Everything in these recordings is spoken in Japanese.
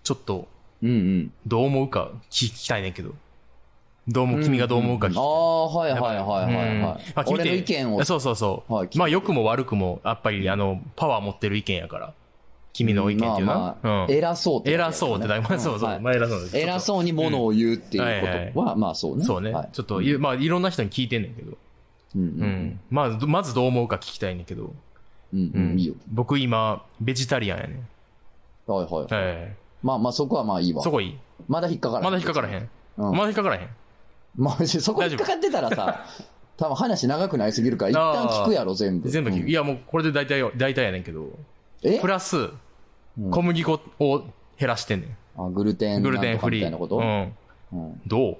ちょっと、どう思うか聞きたいねんけど。君がどう思うか聞きたい。 はいはいはいはい。俺の意見を。 そうそうそう。まあ、良くも悪くも、やっぱり、パワー持ってる意見やから。君の意見っていうな。 偉そうって。 偉そうってだ。まあ、そうそう。まあ、偉そうです。 偉そうにものを言うっていうことは、まあそうね。 そうね。ちょっと、まあ、いろんな人に聞いてんねんけど。まずどう思うか聞きたいねんけど。いいよ。僕今、ベジタリアンやねん。 はいはい。まあそこはまあいいわ。 そこいい。 まだ引っかからへん。 まだ引っかからへん。まだ引っかからへん。 まあ、そこ引っかかってたらさ、多分話長くなりすぎるから、一旦聞くやろ、全部。 全部聞く。いや、もうこれで大体やねんけど。プラス、小麦粉を減らしてんねん。 グルテンフリーみたいなこと？ ど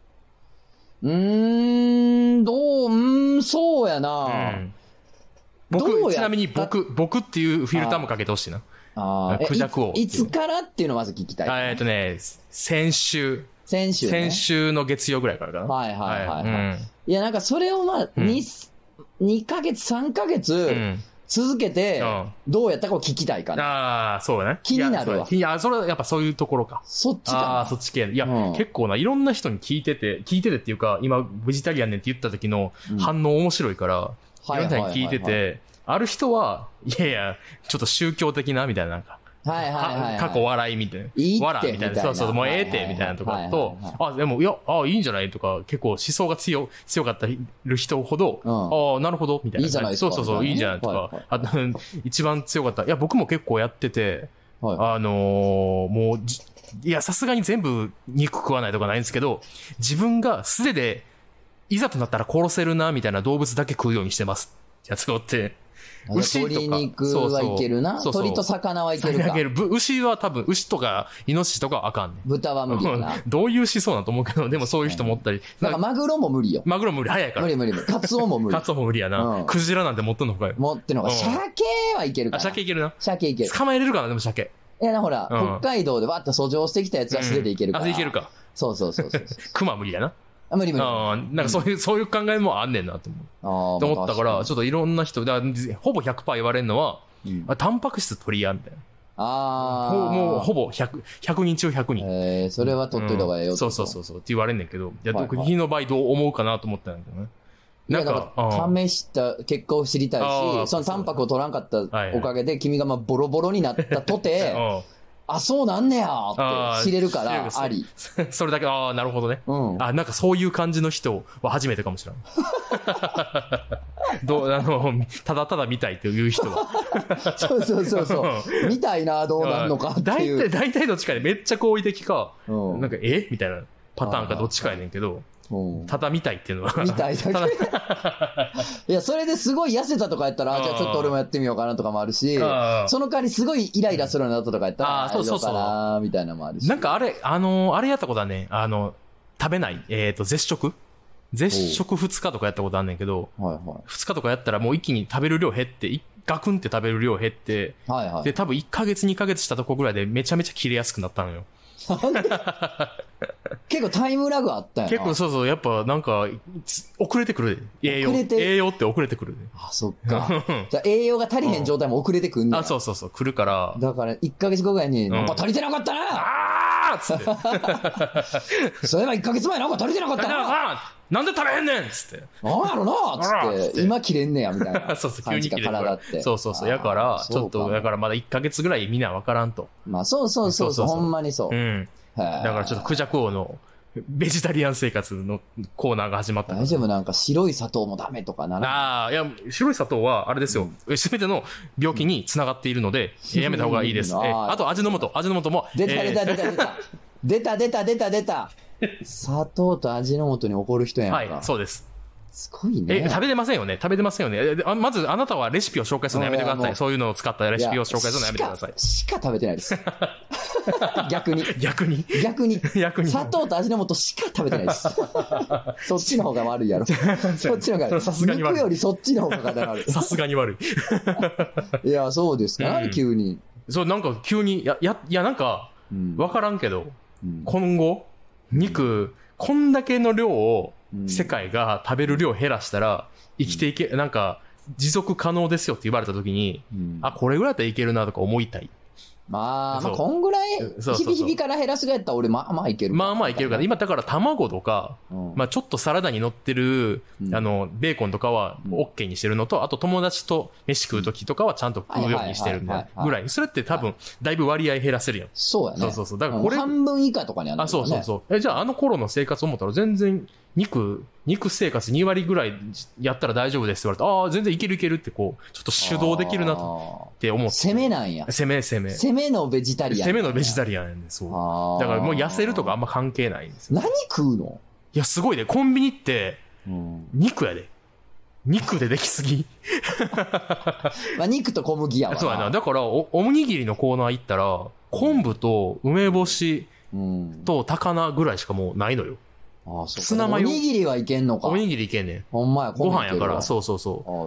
うそうやな。 ちなみに僕っていうフィルターもかけてほしいな。クジャクを。 いつからっていうのをまず聞きたい。 先週の月曜ぐらいからかな。 はいはいはい。いや、なんかそれをまあ、2ヶ月、3ヶ月、続けて、どうやったかを聞きたいかな。 ああ、そうね。 気になるわ。 いや、それはやっぱそういうところか。 そっちか。 ああ、そっち系。いや、結構いろんな人に聞いててっていうか、今、ベジタリアンねんって言った時の反応面白いから、いろんな人に聞いてて、ある人は、いやいや、ちょっと宗教的な、みたいな、なんか。過去笑いみたいな。笑みたいな。そうそう、もうええて、みたいなとかと、でも、いや、いいんじゃないとか、結構思想が強かったる人ほど、なるほど、みたいな。 いいじゃないですか。 そう、いいじゃないとか。一番強かった。いや、僕も結構やってて、もう、いや、さすがに全部肉食わないとかないんですけど、自分が素手で、いざとなったら殺せるな、みたいな動物だけ食うようにしてます。やつがおって。 鶏肉はいけるな。鶏と魚はいけるか。 牛は多分、牛とか、イノシシとかはあかんねん。 豚は無理やな。 どういう思想なんと思うけど、でもそういう人もおったり。 なんかマグロも無理よ。 マグロ無理、早いから。 無理。カツオも無理。 カツオも無理やな。クジラなんて持ってんのかよ。 持ってんのか。鮭はいけるか。 鮭いけるな。 鮭いける。 捕まえれるかな、でも鮭。 いや、ほら、北海道でわっと遡上してきたやつは素手でいけるから。 いけるか。 そう。 熊無理やな。 無理。 なんかそういう考えもあんねんなと思う。と思ったから、ちょっといろんな人、ほぼ 100% 言われるのは、タンパク質取りや、みたいな。もうほぼ100人中100人。 それは取っといた方がええよ。 そうって言われんねんけど、いや、君の場合どう思うかなと思ったんだけどね。 なんか、試した結果を知りたいし、そのタンパクを取らんかったおかげで、君がまあボロボロになったとて、そうなんねやって知れるから、あり。 それだけ、なるほどね。なんかそういう感じの人は初めてかもしれない。ただただ見たいという人は。 そう。見たいな、どうなんのかっていう。 大体どっちかでめっちゃ好意的か、なんか、みたいなパターンかどっちかやねんけど、ただ見たいっていうのは。 見たいだけ。いや、それですごい痩せたとかやったら、じゃあちょっと俺もやってみようかなとかもあるし、その代わりすごいイライラするようになったとかやったら、そうかなみたいなのもあるし。 なんかあれやったことはね、食べない、絶食2日とかやったことあんねんけど、2日とかやったらもう一気に食べる量減って、ガクンって食べる量減って、で、多分1ヶ月2ヶ月したとこぐらいでめちゃめちゃ切れやすくなったのよ。 結構タイムラグあったよな。 結構そう、やっぱなんか、遅れてくる。栄養って遅れてくる。 そっか。じゃあ栄養が足りへん状態も遅れてくんねん。 そう、来るから。 だから1ヶ月後ぐらいに、なんか足りてなかったなつって。 そういえば1ヶ月前なんか足りてなかったななんで食べへんねんつって。 なんやろなつって、今切れんねや、みたいな。 急に切れる。体って。そう。やから、ちょっと、だからまだ1ヶ月ぐらいみんなわからんと。 まあそう、ほんまにそう。 だからちょっとクジャク王のベジタリアン生活のコーナーが始まった。 大丈夫なんか白い砂糖もダメとかなら。 いや、白い砂糖はあれですよ。すべての病気に繋がっているので、やめた方がいいです。あと味の素も。 出た。砂糖と味の素に怒る人やんか。 はい、そうです。 すごいね。 食べてませんよね。まず、あなたはレシピを紹介するのやめてください。そういうのを使ったレシピを紹介するのやめてください。 しか食べてないです。逆に。砂糖と味の素しか食べてないです。そっちの方が悪いやろ。そっちの方が悪い。 さすがに悪い。 肉よりそっちの方が悪い。 さすがに悪い。 いや、そうですか。急に。 そう、なんか急に、なんか、わからんけど、今後、肉、こんだけの量を、世界が食べる量を減らしたら、生きていけ、なんか、持続可能ですよって言われたときに、これぐらいだったらいけるなとか思いたい。 まあ、こんぐらい、ヒビヒビから減らすぐらいやったら俺、まあまあいける。 まあまあいけるから。今だから卵とか、まあちょっとサラダに乗ってる、ベーコンとかは OK にしてるのと、あと友達と飯食う時とかはちゃんと食うようにしてるみたいなぐらい。それって多分、だいぶ割合減らせるやん。 そうやね。 そう。だからこれ。 半分以下とかにあるんだよね。 そう。じゃあ頃の生活を思ったら全然、肉生活2割ぐらいやったら大丈夫ですって言われて、全然いけるってこう、ちょっと主導できるなって思って。 攻めなんや。 攻め。 攻めのベジタリアン。 攻めのベジタリアンやねん、そう。だからもう痩せるとかあんま関係ないんですよ。 何食うの？ いや、すごいね。コンビニって、肉やで。肉でできすぎ。 まあ肉と小麦やわな。 そうやな。だから、おにぎりのコーナー行ったら、昆布と梅干しと高菜ぐらいしかもうないのよ。 そうツナマヨ。おにぎりはいけんのか。 おにぎりいけんねん。 ほんまや、 ご飯やから、そう。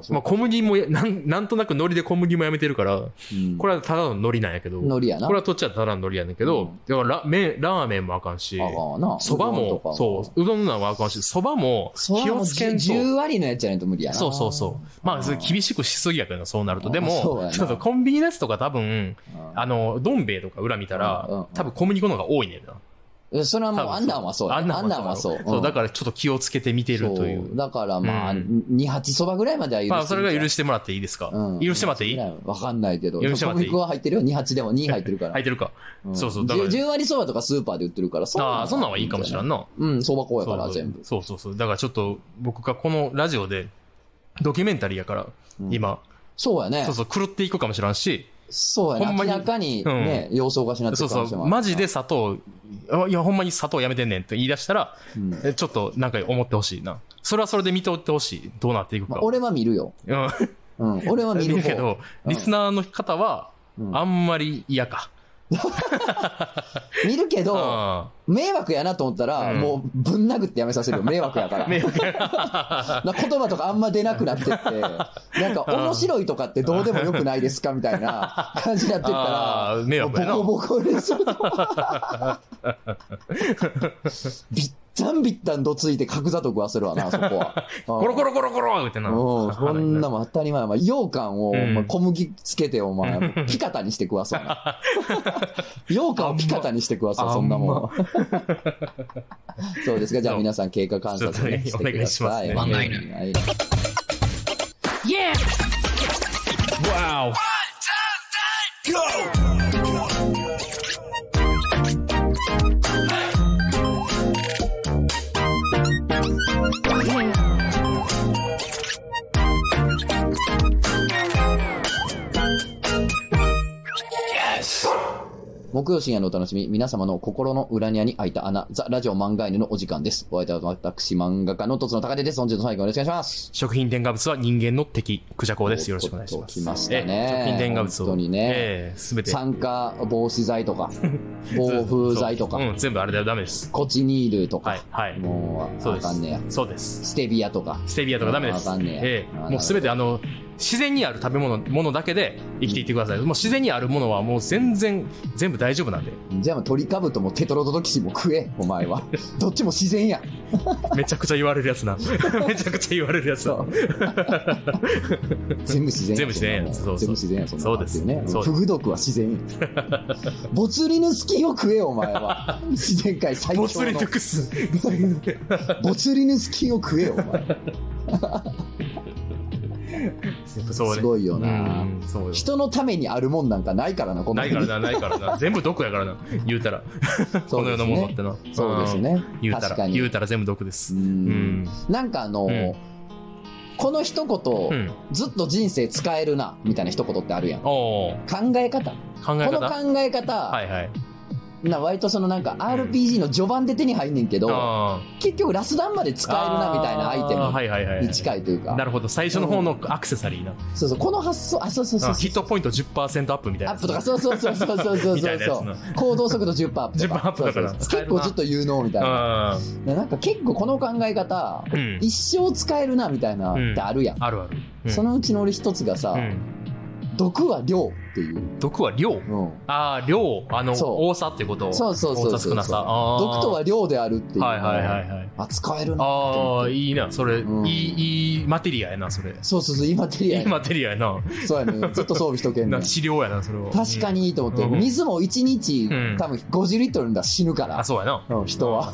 まあ小麦もなんとなく海苔で小麦もやめてるから、これはただの海苔なんやけど。 海苔やな。 これはとっちゃただの海苔やねんけど、だからラーメンもあかんし、蕎麦も、そう、うどんなんはあかんし、蕎麦も気をつけんと。 10割のやつじゃないと無理やな。 そう。まあ、厳しくしすぎやけど、そうなると。でも、コンビニのやつとか多分、どん兵衛とか裏見たら、多分小麦粉の方が多いねんな。 それはもう、アンダンはそう。アンダンはそう。 そう、だからちょっと気をつけて見てるという。 だからまあ、2八そばぐらいまでは許して。 まあ、それが許してもらっていいですか？許してもらっていい？ わかんないけど。 許してもらっていい？ 小麦粉は入ってるよ。2八でも2入ってるから。 入ってるか。そう。 10割そばとかスーパーで売ってるから、 そんなんはいいかもしれんな。 そば粉やから全部。 そう。だからちょっと、僕がこのラジオで、ドキュメンタリーやから、今。 そうやね。 そう、狂っていくかもしれんし、 そうやね。明らかにね、様相がしなってるかもしれない。 マジで砂糖、いや、ほんまに砂糖やめてんねんって言い出したら、ちょっとなんか思ってほしいな。それはそれで見ておってほしい。どうなっていくか。 俺は見るよ。俺は見るけど、リスナーの方は、あんまり嫌か。 見るけど、迷惑やなと思ったら、もうぶん殴ってやめさせるよ。迷惑やから。言葉とかあんま出なくなってって、なんか面白いとかってどうでもよくないですかみたいな感じになってったら、 迷惑やな。 ボコボコにする。びったんどついて角砂糖食わせるわな、そこは。 コロコロコロコロってな。 こんなもん当たり前。羊羹を小麦つけてお前、ピカタにして食わそうな。羊羹をピカタにして食わそう、そんなもんは。そうですか、じゃあ皆さん経過観察してください。 お願いしますね。 ワンナイル。 Yeah! Wow! Go! 木曜深夜のお楽しみ、皆様の心の裏庭に開いた穴、ザ・ラジオ漫画犬のお時間です。お相手は私、漫画家のとつの高手です。本日の最後よろしくお願いします。 食品添加物は人間の敵、クジャコウです。よろしくお願いします。 来ましたね。 食品添加物を。 本当にね。 すべて。 酸化防止剤とか、防風剤とか。 全部あれだよ、ダメです。 コチニールとか。 はい。 もう、あかんねや。 そうです。 ステビアとか。 ステビアとかダメです。 あかんねや。もうすべて自然にある食べ物だけで生きていってください。もう自然にあるものはもう全部大丈夫なんで。 じゃあ鳥かぶともテトロドトキシンも食え、お前は。どっちも自然や。 めちゃくちゃ言われるやつな。めちゃくちゃ言われるやつな。 全部自然や。 全部自然や。 全部自然や。 そうですね。フグ毒は自然。ボツリヌスキーを食え、お前は。自然界最強の。 ボツリヌクス。 ボツリヌスキーを食え、お前。すごいよな。人のためにあるもんなんかないからな、こんなに。 ないからな。全部毒やからな。言うたら。この世のものってな。 そうですね。 言うたら全部毒です。 なんかこの一言、ずっと人生使えるな、みたいな一言ってあるやん。考え方。この考え方。割となんか RPG の序盤で手に入んねんけど、結局ラスダンまで使えるなみたいなアイテムに近いというか。 なるほど。最初の方のアクセサリーな。 そう、この発想、そう。 ヒットポイント 10% アップみたいな。 アップとか、そう。行動速度10%アップとか。 10%アップだから。 結構ずっと有能みたいな。なんか結構この考え方、一生使えるなみたいなってあるやん。 ある。 そのうちの俺一つがさ、毒は量っていう。 毒は量、ああ、量、多さってこと。 そう。多さ少なさ。毒とは量であるっていう。使えるな。 ああ、いいな、それ、いいマテリアやな、それ。 そう、いいマテリアや。 いいマテリアやな。 そうやね。ずっと装備しとけんね。 治療やな、それは。 確かにいいと思って。水も1日、多分50リットルだ死ぬから。 あ、そうやな。 人は。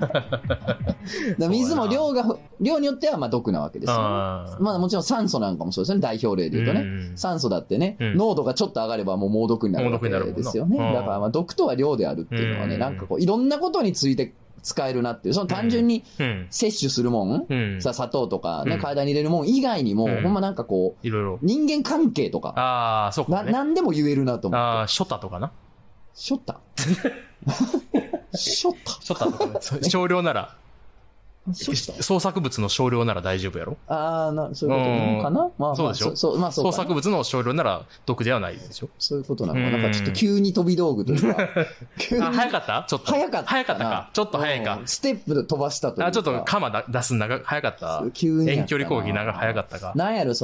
水も量によっては毒なわけですよ。まあもちろん酸素なんかもそうですね。代表例で言うとね。酸素だってね、濃度がちょっと上がればもう猛毒になるわけですよね。だから毒とは量であるっていうのはね、なんかこういろんなことについて使えるなっていう、その単純に摂取するもん、砂糖とかね、体に入れるもん以外にも、ほんまなんかこう、人間関係とか、何でも言えるなと思って。 ああ、ショタとかな。 ショタショタとかね。少量なら。創作物の少量なら大丈夫やろ。 そういうことかな。まあ、 そうでしょ。創作物の少量なら毒ではないでしょ。 そういうことなのか。なんかちょっと急に飛び道具というか。 早かったちょっと。早かったか。ちょっと早いか。 ステップで飛ばしたというか。 ちょっと鎌出すのが早かった。遠距離攻撃早かったか。 なんやろ、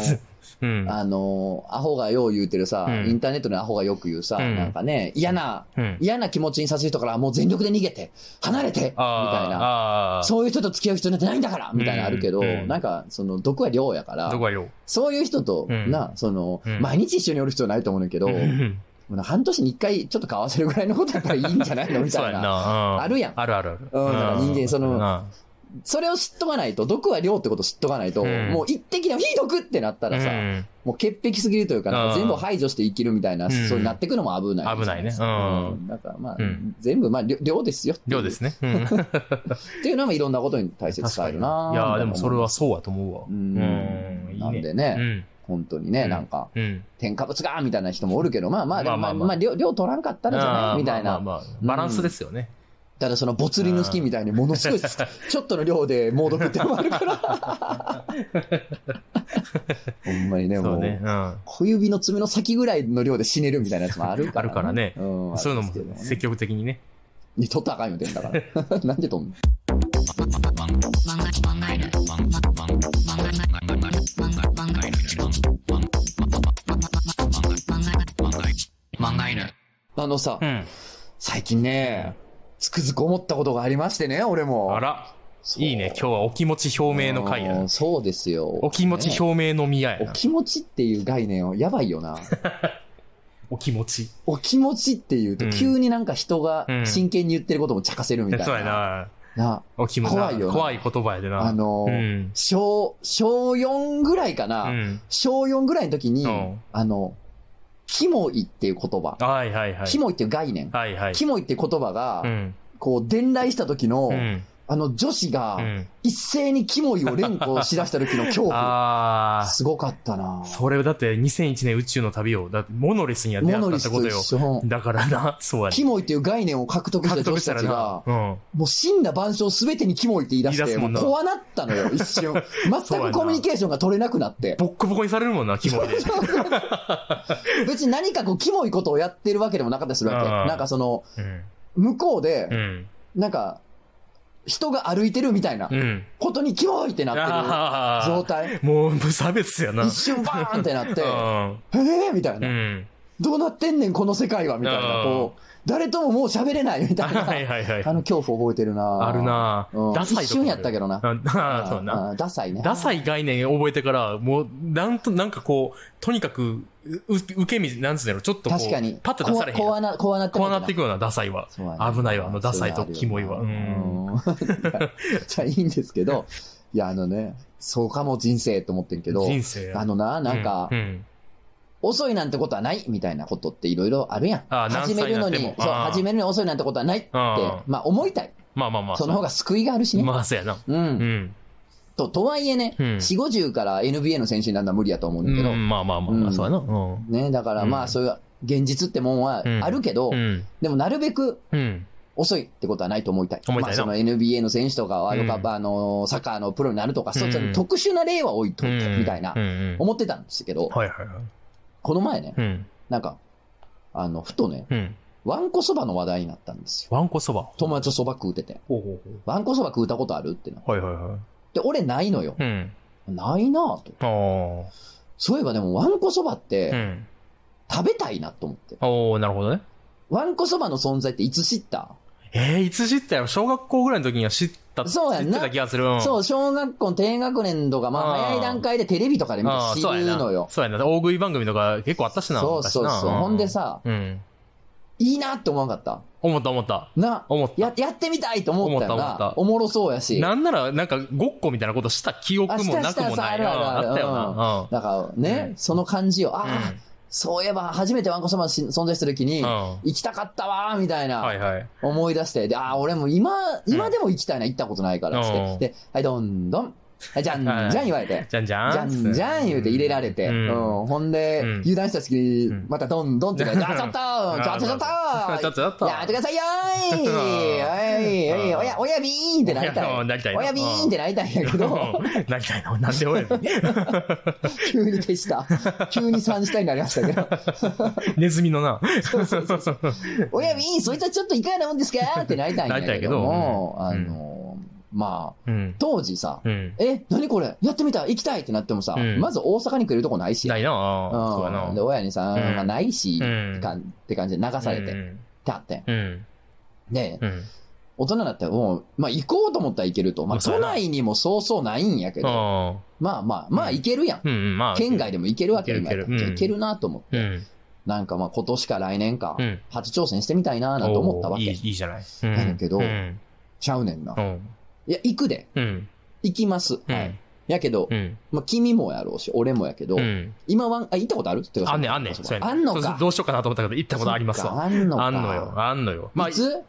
アホがよう言うてるさ、インターネットのアホがよく言うさ、なんかね、嫌な気持ちにさせる人からもう全力で逃げて、離れてみたいな。そういう人と付き合う人なんてないんだからみたいなのあるけど、なんか、毒は量やから、そういう人と、毎日一緒におる必要ないと思うんだけど、半年に一回ちょっと交わせるぐらいのことやったらいいんじゃないのみたいな。あるやん。 ある。 人間、それを知っとかないと、毒は量ってことを知っとかないと、もう一滴でも非毒ってなったらさ、もう潔癖すぎるというか、なんか全部排除して生きるみたいな、そうになってくのも危ない。 危ないね。 だからまあ、全部、量ですよ。 量ですね。 っていうのもいろんなことに対して使えるな。 いやでもそれはそうやと思うわ。 なんでね、本当にね、なんか、添加物がみたいな人もおるけど、まあ、量取らんかったらじゃないみたいな。 バランスですよね。 ただそのボツリヌス菌みたいにものすごいちょっとの量で猛毒ってのもあるからほんまにね、もう小指の爪の先ぐらいの量で死ねるみたいなやつもあるからね。 そういうのも積極的にね。 取ったらあかんよ、だからなんで取んの。さ、最近ね、つくづく思ったことがありましてね、俺も。 あら、いいね。今日はお気持ち表明の回や。 そうですよ。 お気持ち表明の宮や。 お気持ちっていう概念をやばいよな。 お気持ち。 お気持ちっていうと、急になんか人が真剣に言ってることも茶化せるみたいな。 そうやな。 お気持ち。怖いよな。怖い言葉やでな。 小4ぐらいかな。小4ぐらいの時に、キモいっていう言葉。キモいっていう概念。キモいっていう言葉が、こう、伝来した時の、女子が、一斉にキモいを連呼しだした時の恐怖。すごかったな。 それだって2001年宇宙の旅を、だってモノリスには出会ったってことよ。だからな、そうやね。 キモいっていう概念を獲得した女子たちが、もう死んだ万象すべてにキモいって言い出して、もう怖なったのよ、一瞬。全くコミュニケーションが取れなくなって。 ボッコボコにされるもんな、キモいで。 別に何かこう、キモいことをやってるわけでもなかったりするわけ。なんか向こうで、なんか、人が歩いてるみたいなことにキモいってなってる状態。 もう無差別やな。 一瞬バーンってなって、みたいな。どうなってんねんこの世界はみたいな。こう、誰とももう喋れないみたいな。恐怖覚えてるな。 あるな。ダサい。 一瞬やったけどな。 そうな。 ダサいね。 ダサい概念覚えてから、もう、なんかこう、とにかく、受け身、なんつうんだろう、ちょっとこう、 確かにパッと出されへん。 こうなっていくようなダサいは。危ないわ、ダサいとキモいわ。 じゃあいいんですけど、いや、そうかも人生と思ってんけど、 人生なんか、遅いなんてことはないみたいなことっていろいろあるやん。始めるのに遅いなんてことはないって、まあ思いたい。その方が救いがあるしね。 まあそうやな。 とはいえね、4、50から NBA の選手になるのは無理やと思うんだけど。 そうやな。 ね、だからまあそういう現実ってもんはあるけど、でもなるべく遅いってことはないと思いたい。まあその NBA の選手とかワールドカップ、サッカーのプロになるとか、そういう特殊な例は置いといて、みたいな、思ってたんですけど、この前ね、なんか、ふとね、わんこそばの話題になったんですよ。 わんこそば友達とそば食うてて。わんこそば食うたことあるってな。で、俺ないのよ。ないなぁと。そういえばでもわんこそばって、 食べたいなと思って。 おー、なるほどね。 わんこそばの存在っていつ知った？ いつ知ったよ。小学校ぐらいの時には知ったそうやんな。 知ってた気がする。 そう、小学校低学年とか、まあ早い段階でテレビとかで見て知るのよ。 そうやな。大食い番組とか結構あったしな。 そうそうそう。ほんでさ、いいなって思わなかった？ 思った。 思った。やってみたいと思ったよな。おもろそうやし。 なんなら、なんか、ごっこみたいなことした記憶もなくもない。あったよな。 だからね、その感じを、そういえば初めてわんこそば存在する時に、行きたかったわーみたいな、思い出して、で、俺も今でも行きたいな、行ったことないからって。で、はい、どんどん。じゃんじゃん言われて。 じゃんじゃん言うて入れられて。ほんで、油断した隙に、またどんどんって言われて、ちょっとやってくださいよーい親ビーンってなりたい。親ビーンってなりたいんやけど。 なりたいのなんで親ビーン急に消した。急に3したになりましたけど。 ネズミのな。 そう。親ビーン、そいつはちょっといかがなもんですかってなりたいんやけども、まあ、当時さ、何これやってみた行きたいってなってもさ、まず大阪に来るとこないし。 ないなそうやな。 で、親にさ、ないし、って感じで流されて、ってあってん。で、大人になったらもう、まあ行こうと思ったら行けると。まあ都内にもそうそうないんやけど、まあ行けるやん。県外でも行けるわけやから。行けるなと思って。なんかまあ今年か来年か、初挑戦してみたいなと思ったわけ。 いいじゃない。 だけど、ちゃうねんな。いや、行くで。行きます。はい。やけど、まあ、君もやろうし、俺もやけど、今は、行ったことあるってあんねん。あんのか。 どうしようかなと思ったけど、行ったことありますわ。 あんのよ。まあ、 いつ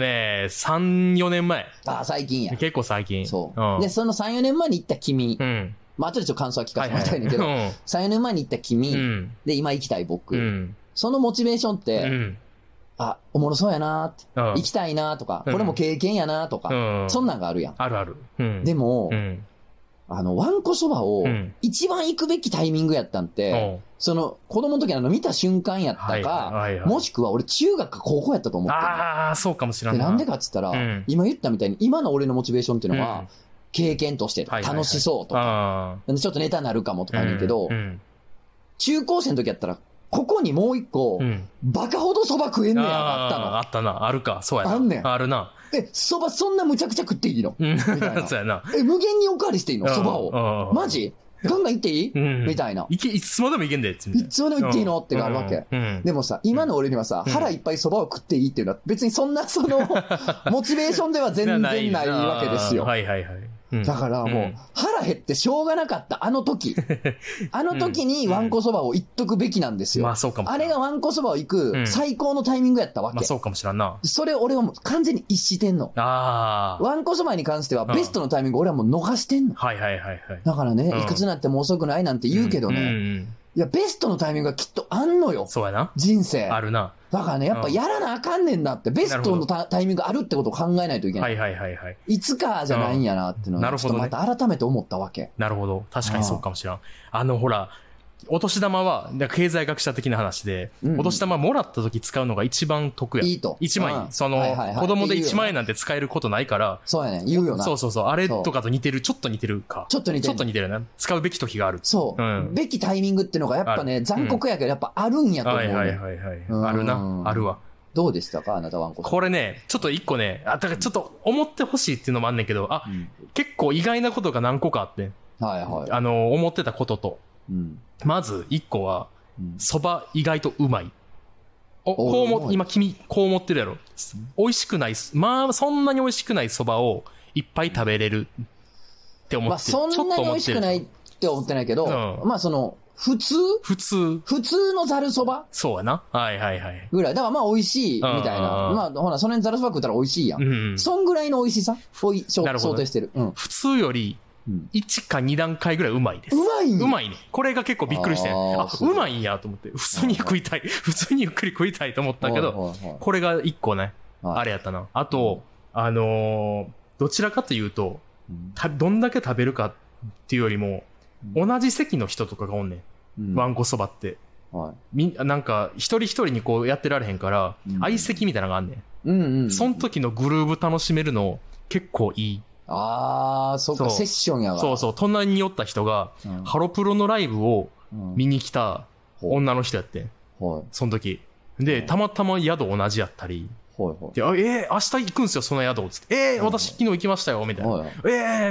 3、4年前。 最近や。 結構最近。 そう。で、その3、4年前に行った君。まあ、後でちょっと感想は聞かせてもらいたいんだけど、3、4年前に行った君。で、今行きたい僕。そのモチベーションって、おもろそうやなって、行きたいなとか、これも経験やなとか、そんなんがあるやん。 ある。 でも、わんこそばを、一番行くべきタイミングやったんて、その、子供の時見た瞬間やったか、もしくは俺中学か高校やったと思ってる。 そうかもしれない。 なんでかっつったら、今言ったみたいに、今の俺のモチベーションっていうのは、経験として楽しそうとか、ちょっとネタになるかもとか言うけど、中高生の時やったら、ここにもう一個、バカほど蕎麦食えんねやがあったの。 あったな。あるか。そうやな。 あんねん。 あるな。 蕎麦そんなむちゃくちゃ食っていいのみたいな。 そうやな。 無限におかわりしていいの蕎麦を。マジガンガン行っていいみたいな。 いつまでも行けんで。いつまでも行っていいのってなるわけ。でもさ、今の俺にはさ、腹いっぱい蕎麦を食っていいっていうのは、別にそんなモチベーションでは全然ないわけですよ。 はい。 だからもう、腹減ってしょうがなかったあの時。あの時にわんこそばを行っとくべきなんですよ。 まあそうかも。 あれがわんこそばを行く最高のタイミングやったわけ。 まあそうかもしらんな。 それ俺はもう完全に逸してんの。わんこそばに関してはベストのタイミング俺はもう逃してんの。 はい。 だからね、いくつになっても遅くないなんて言うけどね。いや、ベストのタイミングがきっとあんのよ。 そうやな。 人生。 あるな。 だからね、やっぱやらなあかんねんなって、ベストのタイミングあるってことを考えないといけない。 はい。 いつかじゃないんやなっていうのを、ちょっとまた改めて思ったわけ。 なるほど。確かにそうかもしれん。ほら、お年玉は、経済学者的な話で、お年玉もらった時使うのが一番得や。 いいと。 1万円。子供で1万円なんて使えることないから。 そうやね。言うよな。 そう。あれとかとちょっと似てるか。 ちょっと似てるな。使うべき時がある。 そう。べきタイミングっていうのがやっぱね、残酷やけどやっぱあるんやと思う。 はい。あるな。あるわ。 どうでしたかあなたわんこそば。 これね、ちょっと一個ね、だからちょっと思ってほしいっていうのもあんねんけど、結構意外なことが何個かあって。思ってたことと。まず一個は、蕎麦意外とうまい。今君こう思ってるやろ。美味しくない、まあそんなに美味しくない蕎麦をいっぱい食べれるって思ってる。 まあそんなに美味しくないって思ってないけど、まあその、普通のざるそばそうやな。はい。 ぐらい。だからまあ美味しいみたいな。まあほら、その辺ざるそば食ったら美味しいやん。そんぐらいの美味しさ想定してる。 普通より、1か2段階ぐらいうまいです。うまいね。これが結構びっくりして。うまいんやと思って。普通に食いたい。普通にゆっくり食いたいと思ったけど、これが1個ね、あれやったな。あと、どちらかというと、どんだけ食べるかっていうよりも、同じ席の人とかがおんねん。わんこそばって。なんか、一人一人にこうやってられへんから、相席みたいなのがあんねん。その時のグルーブ楽しめるの結構いい。 そっか、セッションやわ。 そう。隣におった人が、ハロプロのライブを見に来た女の人やって。 はい。その時。で、たまたま宿同じやったり。はいはい。で、明日行くんすよ、その宿つって。私昨日行きましたよ、みたいな。はい、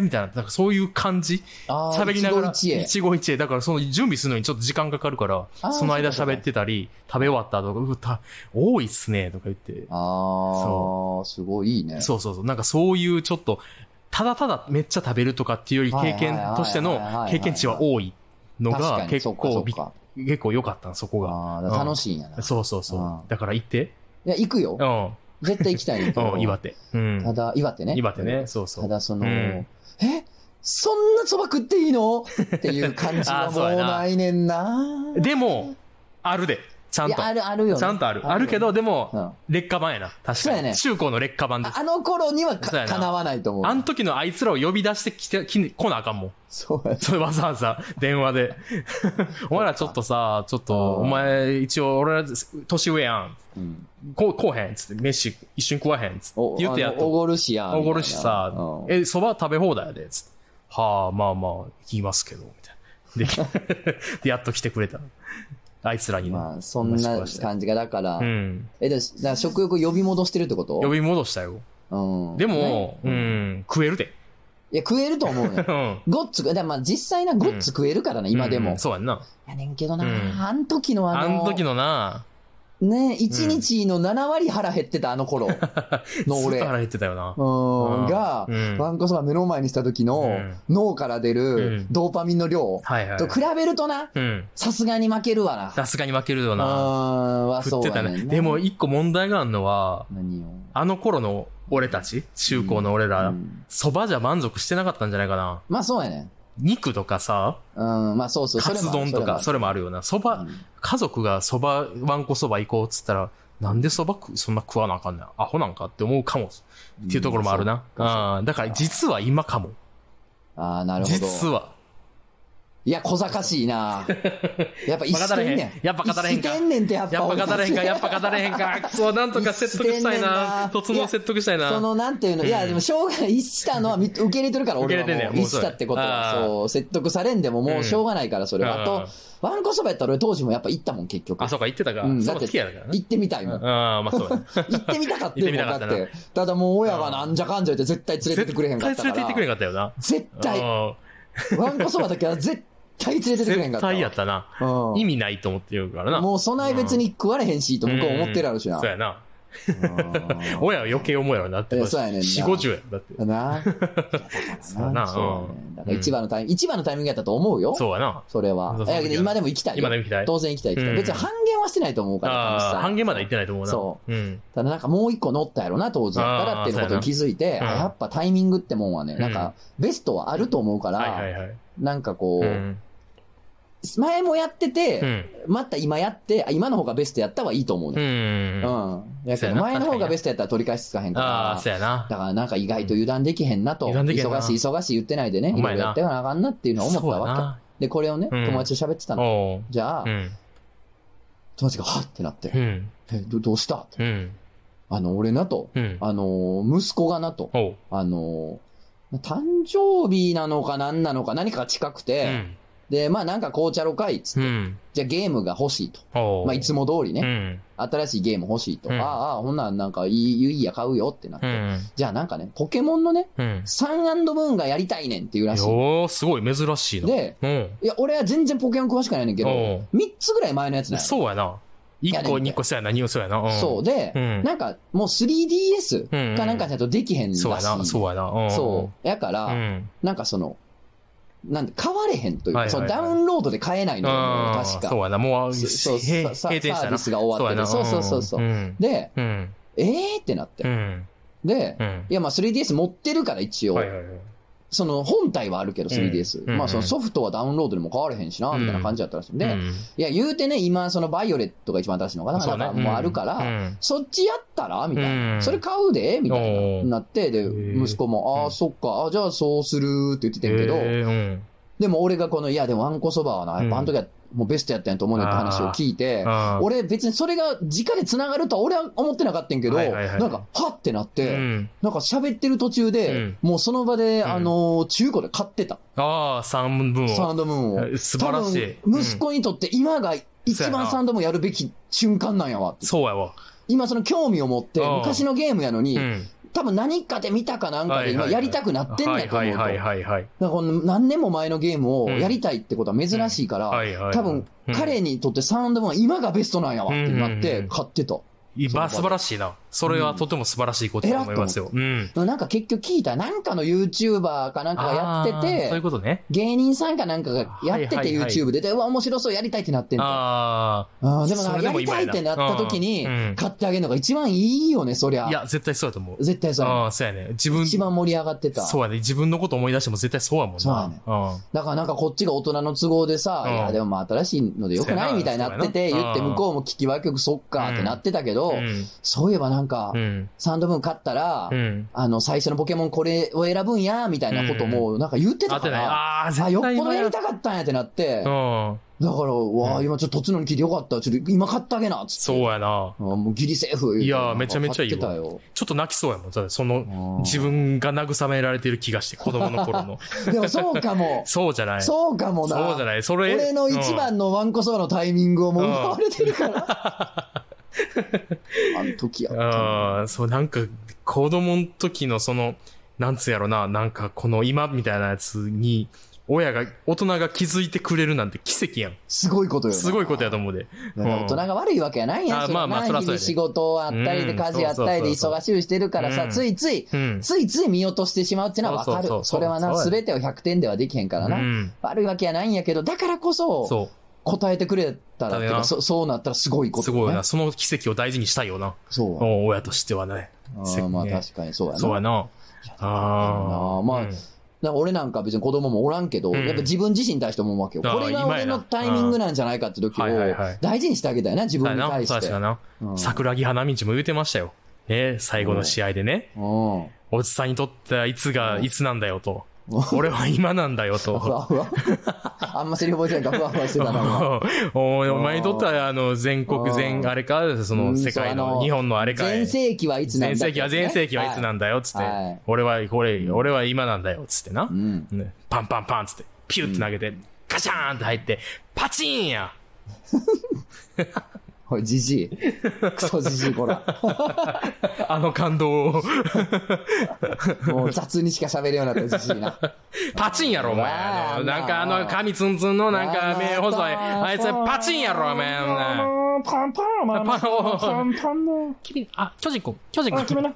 みたいな。なんかそういう感じ。喋りながら。一期一会。だからその準備するのにちょっと時間かかるから、その間喋ってたり、食べ終わった後とか、多いっすね、とか言って。 そう。すごいいいね。 そう。なんかそういうちょっと、ただただめっちゃ食べるとかっていうより経験としての経験値は多いのが結構良かったそこが。 楽しいんやな。 そう。だから行って。 いや、行くよ。絶対行きたいんだけど。 岩手。 ただ、岩手ね。 岩手ね。そう。 ただその、そんな蕎麦食っていいのっていう感じはもうないねんな。 でも、あるで。ちゃんと。 あるよね。 ちゃんとある。あるけど、でも、劣化版やな。確かに。そうやね。中高の劣化版で。 あの頃にはかなわないと思う。 あの時のあいつらを呼び出して来なあかんもん。 そうや。 それわざわざ電話で。お前らちょっとさ、お前一応俺ら年上やん。こうへんつって、飯一緒に食わへんつって言ってやっと。 おごるしやん。 おごるしさ、蕎麦食べ放題やで、つって。はあ、まあ行きますけど、みたいな。で、やっと来てくれた。あいつらにね。 まあ、そんな感じが、だから、だから食欲呼び戻してるってこと？ 呼び戻したよ。でも、食えるで。 いや、食えると思うね。ごっつ、まあ実際な、ごっつ食えるからな、今でも。 そうやんな。 やねんけどな、あん時のあの時のな、 ね、1日の7割腹減ってたあの頃の俺。 腹減ってたよな。 が、わんこそば目の前にした時の脳から出るドーパミンの量と比べるとな、さすがに負けるわな。 さすがに負けるよな。食ってたね。でも一個問題があるのは、あの頃の俺たち、中高の俺ら、蕎麦じゃ満足してなかったんじゃないかな。 まあそうやね。 肉とかさ、 まあそう。 カツ丼とか、それもあるよな。家族がわんこそば行こうっつったら、なんでそんな食わなあかんねん。アホなんかって思うかも。っていうところもあるな。だから実は今かも。 なるほど。 実は。 いや、小賢しいなやっぱ一してんねん。 やっぱ語れへんか。 してんねんってやっぱ。 やっぱ語れへんか。そう、なんとか説得したいな。突の説得したいな。 その、なんていうの、いや、でも、しょうがない。一したのは受け入れてるから、俺はもう。一したってことは、そう、説得されんでももうしょうがないから、それは。あと、わんこそばやったら俺当時もやっぱ行ったもん、結局。 そうか、行ってたか。 だって、行ってみたいもん。 まあそう。 行ってみたかったよ、だって。ただもう親がなんじゃかんじゃ言って絶対連れてってくれへんかったから。 絶対連れてってくれへんかったよな。 絶対。わんこそばだけは絶対連れてってくれへんかった。 絶対やったな。意味ないと思ってるからな。 もう備え別に食われへんし、と向こう思ってるやろしな。 そうやな。親は余計思うやろなって。 そうやねんな。 4、50や。だって。 な。そうやな。だから一番のタイミングやったと思うよ。 そうやな。 それは。今でも行きたい。 今でも行きたい。 当然行きたい。別に半減はしてないと思うから。 半減まで行ってないと思うな。 そう。ただなんかもう一個乗ったやろな、当時やったらっていうことに気づいて、やっぱタイミングってもんはね、なんかベストはあると思うから、なんかこう、前もやってて、また今やって、今の方がベストやったはいいと思うね。やけど前の方がベストやったら取り返しつかへんから。だからなんか意外と油断できへんなと。忙しい言ってないでね、いろいろやってかなあかんなっていうのを思ったわけ。で、これをね、友達と喋ってたの。じゃあ、友達がはってなって、どうした俺なと、息子がなと、誕生日なのか何なのか何かが近くて、で、まあなんか紅茶の会っつって、じゃあゲームが欲しいと。まあいつも通りね、新しいゲーム欲しいと。ほんなんなんかいいや買うよってなって。じゃあなんかね、ポケモンのね、サン&ムーンがやりたいねんっていうらしい。 すごい珍しいな。 で、いや、俺は全然ポケモン詳しくないねんけど、3つぐらい前のやつなんや。 そうやな。1個、2個そうやな、2個そうやな。 そうで、なんかもう 3DS かなんかちゃんとできへんらしい。そうやな、 そうやな。 そう。やから、なんかその、買われへんというか、そのダウンロードで買えないのよ、確か。 そうやな、もう、閉店したな。 サービスが終わってて。そう。で、ってなって。で、いやまあ 3DS 持ってるから一応。その本体はあるけど 3DS。まあそのソフトはダウンロードでも買われへんしな、みたいな感じだったらしいんで、いや言うてね、今そのバイオレットが一番新しいのかな、なんかもうあるから、そっちやったらみたいな。それ買うでみたいな。なって、で、息子も、そっか、じゃあそうするって言ってたんやけど、でも俺がこの、いやでもあんこそばはな、やっぱあの時はもうベストやったんやと思うねって話を聞いて、俺別にそれが直で繋がるとは俺は思ってなかったんけど、なんか、はってなって、なんか喋ってる途中で、もうその場で、中古で買ってた。 サンドムーンを。 サンドムーンを。 素晴らしい。 息子にとって今が一番サンドもやるべき瞬間なんやわって。 そうやわ。 今その興味を持って、昔のゲームやのに、多分何かで見たかなんかで今やりたくなってんだと思うと。だからこの何年も前のゲームをやりたいってことは珍しいから、多分彼にとってサウンドも今がベストなんやわってなって買ってた。 素晴らしいな。それはとても素晴らしいことだと思いますよ。 なんか結局聞いたらなんかの YouTuber かなんかがやってて、 そういうことね。 芸人さんかなんかがやってて YouTube で、うわ、面白そうやりたいってなってんだ。でもやりたいってなった時に、買ってあげるのが一番いいよね、そりゃ。 いや、絶対そうだと思う。 絶対そう。 そうやね。 一番盛り上がってた。 そうやね。自分のこと思い出しても絶対そうやもんな。 そうやね。だからなんかこっちが大人の都合でさ、いや、でもまあ新しいのでよくないみたいになってて、言って向こうも聞き分けよくそっかってなってたけど、そういえばなんか、サンド分買ったら、最初のポケモンこれを選ぶんや、みたいなことも、なんか言ってたから、よっぽどやりたかったんやってなって、だから、わあ、今ちょっととつのに聞いてよかった。ちょっと今買ってあげな、つって。 そうやな。 もうギリセーフ。 いや、めちゃめちゃいいわ。ちょっと泣きそうやもん。その、自分が慰められてる気がして、子供の頃の。 でもそうかも。 そうじゃない。 そうかもな。 そうじゃない。 俺の一番のワンコそばのタイミングをもう奪われてるから。あの時やった。 そう、なんか、子供の時のなんつうやろな、なんかこの今みたいなやつに、大人が気づいてくれるなんて奇跡やん。 すごいことよ。 すごいことやと思うで。 大人が悪いわけやないやん。 まあ、そらそうや。 仕事あったりで家事あったりで忙しいしてるからさ、ついつい見落としてしまうっていうのはわかる。それはな、すべてを100点ではできへんからな。悪いわけやないんやけど、だからこそ、答えてくれたらっていうか、そうなったらすごいこと。 すごいな。その奇跡を大事にしたいよな。 そう。 親としてはね。 まあ確かにそうやな。 そうやな。 まあ、だから俺なんか別に子供もおらんけど、やっぱ自分自身に対して思うわけよ。これが俺のタイミングなんじゃないかって時を大事にしてあげたいな、自分に対して。 確かな。桜木花道も言うてましたよ。最後の試合でね。おじさんにとってはいつなんだよと。俺は今なんだよと。 ふわふわあんまセリフ覚えてないからふわふわしてたな。 お前にとっては全国あれか、世界の、日本のあれか。 全盛期はいつなんだよ。 全盛期はいつなんだよ、つって。俺は今なんだよ、つってな。パンパンパンつって、ピュッて投げて、ガチャーンって入って、パチーンやおい、じじい。クソじじい、こら。 あの感動を。 もう雑にしか喋れようになったじじいな。 パチンやろ、お前。なんか髪ツンツンのなんか目細い。あいつパチンやろ、お前。 パンパン、パンパンの。 君、巨人君。 君な、君、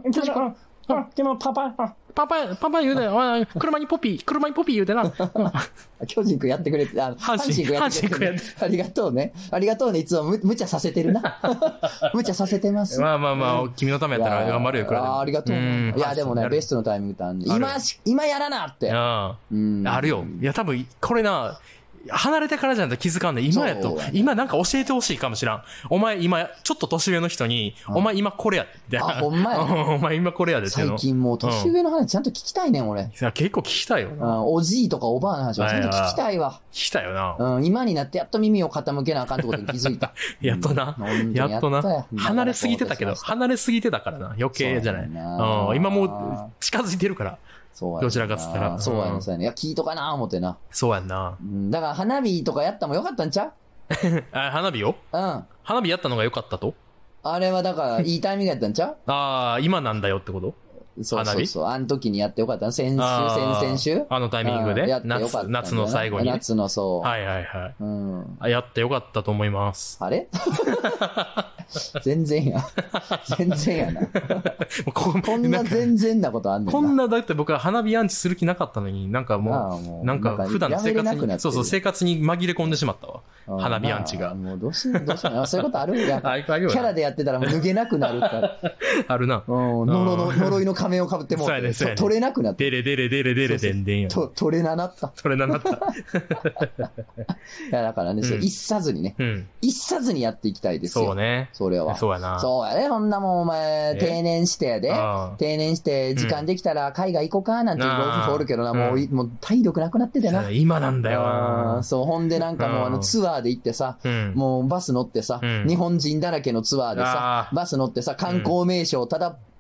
パパ言うて、車にポピー言うてな。 巨人くんやってくれて、阪神くんやってくれて。ありがとうね。いつも無茶させてるな。無茶させてます。 まあ、君のためやったら頑張るよ、 ありがとう。いや、でもね、ベストのタイミングってあるんで、今やらなって。あるよ。いや、多分、これな、離れてからじゃないと気づかんねん。今なんか教えてほしいかもしらん。お前今、ちょっと年上の人に、お前今これやで。 ほんまや。 お前今これやで。 最近もう年上の話ちゃんと聞きたいねん、俺。 結構聞きたいよな。 おじいとかおばあの話はちゃんと聞きたいわ。 聞きたいよな。 今になってやっと耳を傾けなあかんってことに気づいた。 やっとな。離れすぎてたからな。余計じゃない。今もう近づいてるから。どちらかっつったら。 そうやね。いや、聞いとかな思ってな。 そうやんな。 だから花火とかやったもよかったんちゃう花火を花火やったのがよかったとあれはだから、いいタイミングやったんちゃう今なんだよってことそう。あの時にやってよかった先々週あのタイミングで夏の最後に。 夏のそう。 はい。やってよかったと思います。 あれ全然やな。こんな全然なことあんねんな。 こんな、だって僕は花火アンチする気なかったのに、なんかもう、なんか普段の生活に、生活に紛れ込んでしまったわ。花火アンチが。 もうどうしよう。そういうことあるやん。キャラでやってたら脱げなくなるから。 あるな。 呪いの仮面をかぶっても取れなくなった。 デレでんでんや。 取れなった。 いや、だからね、一さずにね。一さずにやっていきたいですよ。 そうね。 それは。 そうやな。 そうやね。ほんなもんお前、定年してやで。定年して時間できたら海外行こうかなんていう老夫婦おるけどな、もう体力なくなっててな。 今なんだよ。 そう、ほんでなんかもうツアーで行ってさ、もうバス乗ってさ、日本人だらけのツアーでさ、バス乗ってさ、観光名所をただ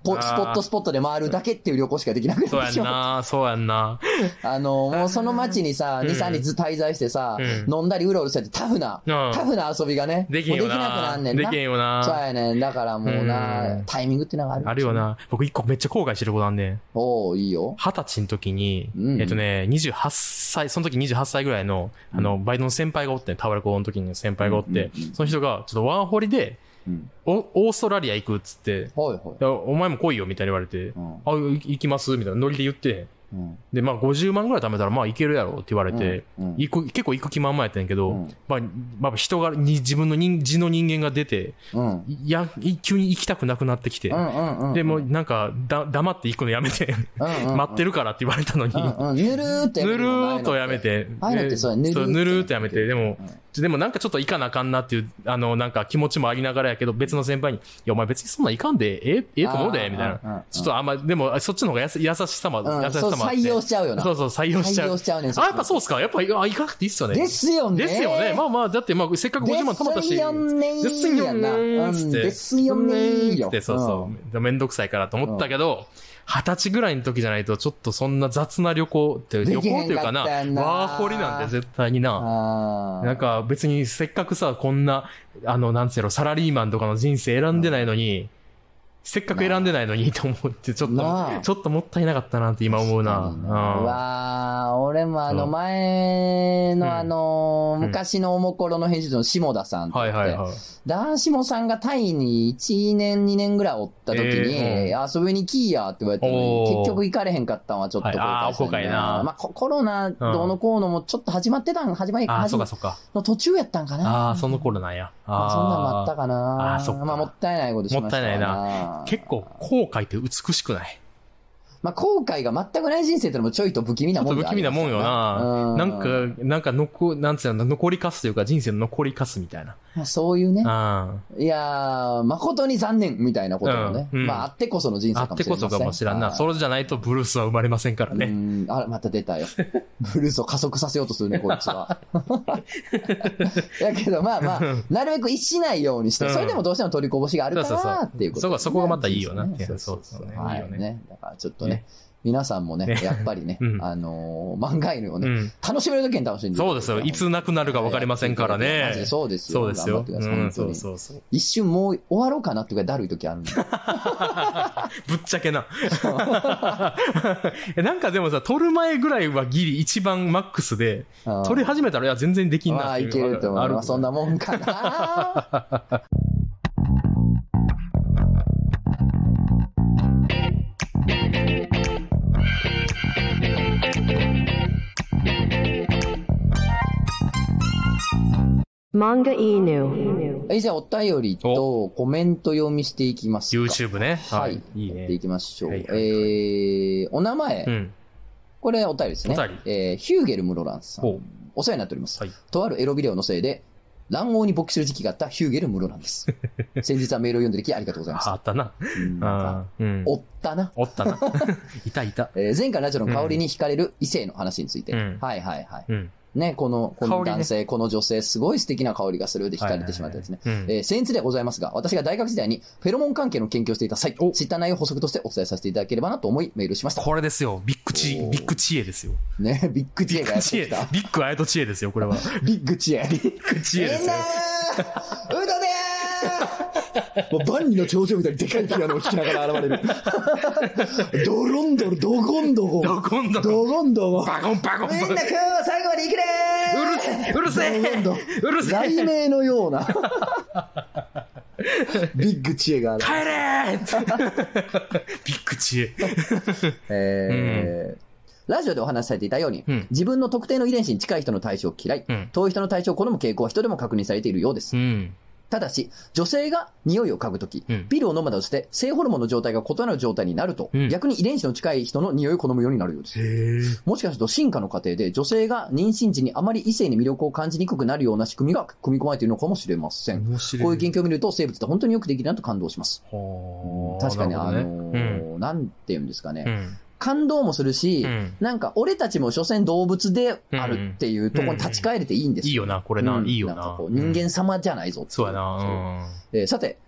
スポットで回るだけっていう旅行しかできなくなってしまう。 そうやんな。 もうその街にさ、2、3日滞在してさ、飲んだりうろうろしてタフな遊びがね、 できなくなんねんな。 できんよな。 そうやねん。だからもうな、タイミングってのがある。 あるよな。僕一個めっちゃ後悔してることあんねん。 おー、いいよ。 20歳の時に、28歳、その時28歳ぐらいの、バイトの先輩がおって、タワレコの時に先輩がおって、その人が、ちょっとワーホリで、オーストラリア行くっつって、お前も来いよみたいに言われて、行きますみたいなノリで言って、で、まあ50万ぐらい貯めたらまあ行けるやろって言われて、結構行く気満々やったんやけど、まあ人が、自分の地の人間が出て、急に行きたくなくなってきて、で、もうなんか黙って行くのやめて、待ってるからって言われたのに、 ぬるーっとやめて、 ぬるーっとやめて、でもなんかちょっと行かなあかんなっていう、なんか気持ちもありながらやけど、別の先輩に、いやお前別にそんなん行かんでええと思うで、みたいな。ちょっとでもそっちの方が優しさもあって。 採用しちゃうよな。 そう、採用しちゃうね。やっぱそうっすかやっぱ行かなくていいっすよね。 ですよね。 まあ、だってせっかく50万貯まったし。 ですよね。ですよね。 そう。めんどくさいからと思ったけど、20歳ぐらいの時じゃないと、ちょっとそんな雑な旅行っていうかな、ワーホリなんて絶対にな。なんか別にせっかくさ、こんな、なんつうやろ、サラリーマンとかの人生選んでないのに、せっかく選んでないのにと思って、ちょっともったいなかったなって今思うな。 俺も前の昔のおもころの編集長の下田さんって言って、ダーシモさんがタイに1年2年ぐらいおった時に、遊びに来いやって言われて結局行かれへんかったのはちょっと後悔な。まあコロナどうのこうのもちょっと始まりの途中やったんかな。 その頃なんや。 そんなんもあったかな。まあもったいないことしましたな。 もったいないな。結構後悔って美しくない？ まあ、後悔が全くない人生ってのもちょいと不気味なもんだよな。 ちょっと不気味なもんよな。なんかなんつうの、残りかすというか人生の残りかすみたいな。 そういうね。いやー、誠に残念みたいなこともね。まあ、あってこその人生かもしれません。 あってこそかもしらんな。それじゃないとブルースは生まれませんからね。 また出たよ。ブルースを加速させようとするね、こいつは。やけど、まあ、なるべく逸しないようにして、それでもどうしても取りこぼしがあるからっていうこと。 そこがまたいいよな。 そうね。いいよね。だからちょっとね。皆さんもね、やっぱりね、漫画犬をね、楽しめるときに楽しんで。 そうですよ。いつなくなるか分かりませんからね。 そうですよ。 そうですよ。 一瞬もう終わろうかなっていうかだるいときあるんだ。 ぶっちゃけな。なんかでもさ、撮る前ぐらいはギリ一番マックスで、撮り始めたらいや全然できんなっていう。 いけると思う。そんなもんかな。 漫画犬。 じゃあお便りとコメント読みしていきますか。 YouTube ね。 はい。いいね。やっていきましょう。お名前。これお便りですね。ヒューゲル・ムロランさん。お世話になっております。とあるエロビデオのせいで、乱暴に勃起する時期があったヒューゲル・ムロランです。先日はメールを読んでるきありがとうございます。 あったな。 おったな。 いた。 前回ラジオの香りに惹かれる異性の話について。はい。ね、この男性、この女性、すごい素敵な香りがするで惹かれてしまったですね。僭越ではございますが、私が大学時代にフェロモン関係の研究をしていた際、知った内容を補足としてお伝えさせていただければなと思いメールしました。 これですよ。ビッグ知恵ですよ。 ね、ビッグ知恵がやってきた。 ビッグあやと知恵ですよ、これは。 ビッグ知恵。 ビッグ知恵ですよ。 うどでーもう万里の長城みたいにでかいピアノを弾きながら現れる。ドロンドロ、ドゴンドゴン。ドゴンドゴン。 バゴンバゴン。 みんな今日は最後まで生きれーうるせえ雷鳴のようなビッグ知恵がある。 帰れービッグ知恵。 ラジオでお話しされていたように、自分の特定の遺伝子に近い人の体臭を嫌い、遠い人の体臭を好む傾向は人でも確認されているようです。ただし、女性が匂いを嗅ぐとき、ピルを飲むなどして性ホルモンの状態が異なる状態になると、逆に遺伝子の近い人の匂いを好むようになるようです。もしかすると進化の過程で女性が妊娠時にあまり異性に魅力を感じにくくなるような仕組みが組み込まれているのかもしれません。こういう研究を見ると生物って本当によくできるなと感動します。確かになんて言うんですかね。感動もするし、なんか俺たちも所詮動物であるっていうところに立ち返れていいんですよ。 いいよな、これな、いいよな。 人間様じゃないぞ。 そうやな。 さて、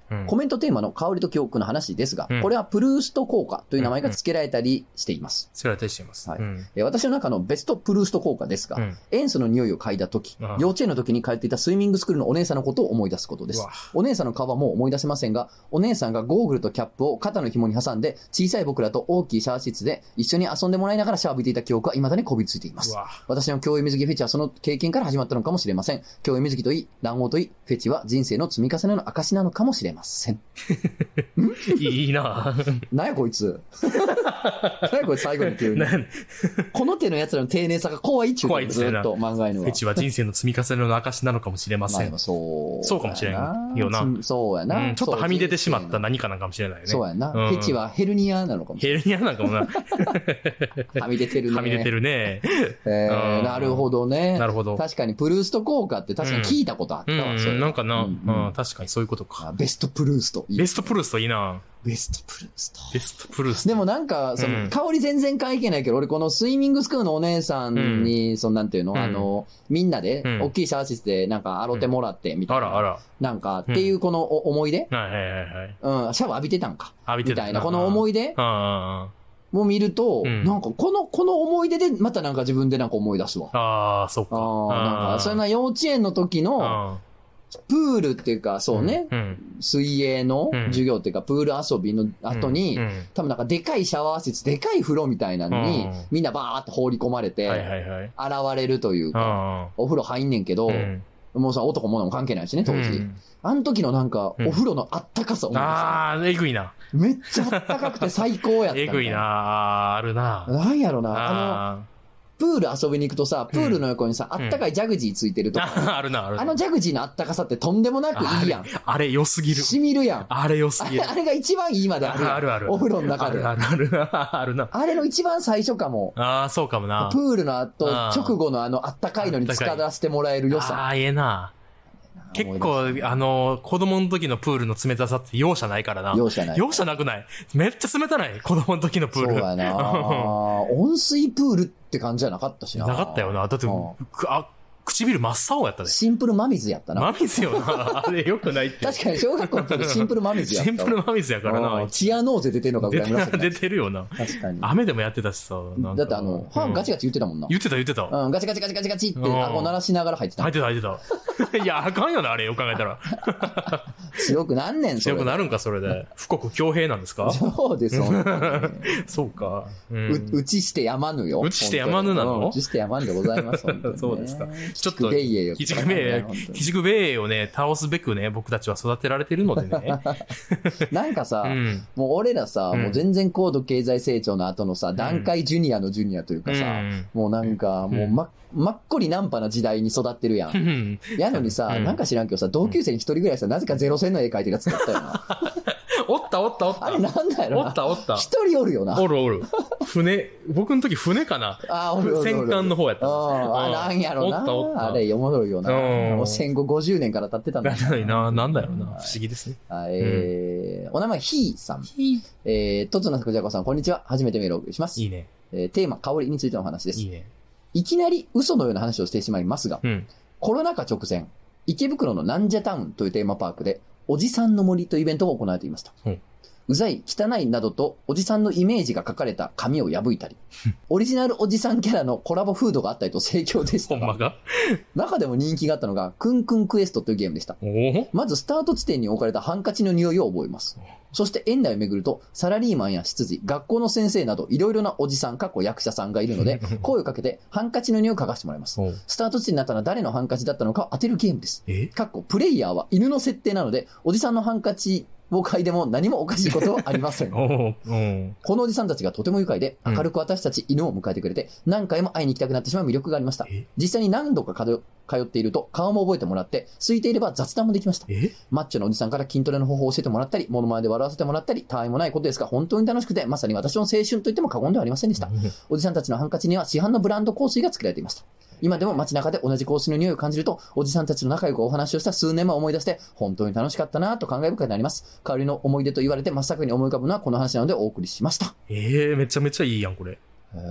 コメントテーマの香りと記憶の話ですが、これはプルースト効果という名前が付けられたりしています。 付けられたりしています。 はい。私の中のベストプルースト効果ですが、塩素の匂いを嗅いだ時、幼稚園の時に通っていたスイミングスクールのお姉さんのことを思い出すことです。お姉さんの顔はもう思い出せませんが、お姉さんがゴーグルとキャップを肩の紐に挟んで、小さい僕らと大きいシャワー室で一緒に遊んでもらいながらシャワー浴びていた記憶は未だにこびりついています。私の競泳水着フェチはその経験から始まったのかもしれません。競泳水着といい、卵黄といい、フェチは人生の積み重ねの証なのかもしれません。 いいなぁ。 何やこいつ。何やこいつ最後に急に。この手の奴らの丁寧さが怖いっちゅう怖いっすね。 ずっと漫画のは。 フェチは人生の積み重ねの証なのかもしれません。まあ、そうかもしれんよな。 そうやな、 ちょっとはみ出てしまった何かなんかもしれないよね。 そうやな。フェチはヘルニアなのかもしれない。 ヘルニアなんかもな。 はみ出てるね。 はみ出てるね。 なるほどね。 なるほど。 確かにプルースト効果って確かに聞いたことあったわ。 なんかな、確かにそういうことか。 ベストプルースト。 ベストプルーストいいな。 ベストプルースト。 ベストプルースト。 でもなんか、香り全然関係ないけど、俺このスイミングスクールのお姉さんに、なんていうの、みんなで、大きいシャワー室でなんか洗ってもらって、みたいな。 あら。 なんか、っていうこの思い出。 はい。 シャワー浴びてたんか。 浴びてた。 みたいな、この思い出も見ると、なんかこの思い出で、またなんか自分でなんか思い出すわ。 ああ、そっか。 なんか、それが幼稚園の時の、プールっていうか、そうね、水泳の授業っていうか、プール遊びの後に、多分なんかでかいシャワー室、でかい風呂みたいなのに、みんなバーって放り込まれて、現れるというか、お風呂入んねんけど、もうさ、男ものも関係ないしね、当時。あの時のなんか、お風呂のあったかさ思い出した。 ああ、えぐいな。 めっちゃあったかくて最高やった。 えぐいな、あるな。 なんやろな、プール遊びに行くとさ、プールの横にさ、あったかいジャグジーついてるとか。 あるな。 あのジャグジーのあったかさってとんでもなくいいやん。 あれ良すぎる。 しみるやん。 あれ良すぎる。 あれが一番いいまである。ある。お風呂の中で。 あるな。 あれの一番最初かも。 ああ、そうかもな。 プールの後、直後のあったかいのに浸からせてもらえる良さ。 ああ、ええな。結構、子供の時のプールの冷たさって容赦ないからな。 容赦ない。 容赦なくない？めっちゃ冷たない子供の時のプール。 そうやな温水プールって感じじゃなかったしな。 なかったよな。だって、唇真っ青やったで。 シンプル真水やったな。 真水よな。あれ良くないって。 確かに小学校の時シンプル真水やった。 シンプル真水やからな。 チアノーゼ出てるのかぐらいの。 出てるよな。 確かに。 雨でもやってたしさ。 だって歯ガチガチ言ってたもんな。 言ってた。 ガチガチって顎鳴らしながら入ってた。 入ってた。いや、あかんよな、あれよく考えたら。 強くなんねん、 強くなるんか、それで。富国強兵なんですか？ そうです、 そうか。 うちしてやまぬよ。 うちしてやまぬなの？ うちしてやまんでございます。 そうですか。ちょっと、鬼畜米英をね、倒すべくね、僕たちは育てられてるのでね。 なんかさ、もう俺らさ、もう全然高度経済成長の後のさ、段階ジュニアのジュニアというかさ、もうなんか、もう真っこりナンパな時代に育ってるやん。やのにさ、なんか知らんけどさ、同級生に一人ぐらいさ、なぜかゼロ戦の絵描いてるやつだったよな。 おった。 あれなんだよな。 おった。 一人おるよな。 おる。僕の時船かな。 おる。 戦艦の方やった。 なんやろな。 おった。 あれ、おもろいよな。もう戦後50年から経ってたんだな。なんだよな。不思議ですね。 お名前、ひーさん。とつなさくじゃこさん、こんにちは。初めてメールをお送りします。 いいね。 テーマ、香りについての話です。 いいね。 いきなり嘘のような話をしてしまいますが、コロナ禍直前、池袋のなんじゃタウンというテーマパークで、おじさんの森というイベントが行われていました。うざい、汚いなどとおじさんのイメージが書かれた紙を破いたり、オリジナルおじさんキャラのコラボフードがあったりと盛況でしたが、中でも人気があったのが、クンクンクエストというゲームでした。まずスタート地点に置かれたハンカチの匂いを覚えます。そして園内を巡ると、サラリーマンや執事、学校の先生など、いろいろなおじさん、役者さんがいるので、声をかけて、ハンカチの匂いを嗅がしてもらいます。スタート地点になったのは誰のハンカチだったのかを当てるゲームです。プレイヤーは犬の設定なので、おじさんのハンカチを嗅いでも何もおかしいことはありません。このおじさんたちがとても愉快で、明るく私たち犬を迎えてくれて、何回も会いに行きたくなってしまう魅力がありました。実際に何度か通っていると顔も覚えてもらって、空いていれば雑談もできました。マッチョのおじさんから筋トレの方法を教えてもらったり、モノマネで笑わせてもらったり、たわいもないことですが本当に楽しくて、まさに私の青春と言っても過言ではありませんでした。おじさんたちのハンカチには市販のブランド香水が作られていました。今でも街中で同じ香水の匂いを感じると、おじさんたちの仲良くお話をした数年前を思い出して、本当に楽しかったなぁと感慨深くなります。香りの思い出と言われて真っ先に思い浮かぶのはこの話なのでお送りしました。 めちゃめちゃいいやん、これ。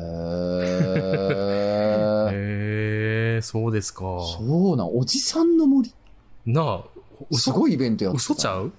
そうですか。 そうな、おじさんの森。 なあ、 すごいイベントやった。 嘘ちゃう？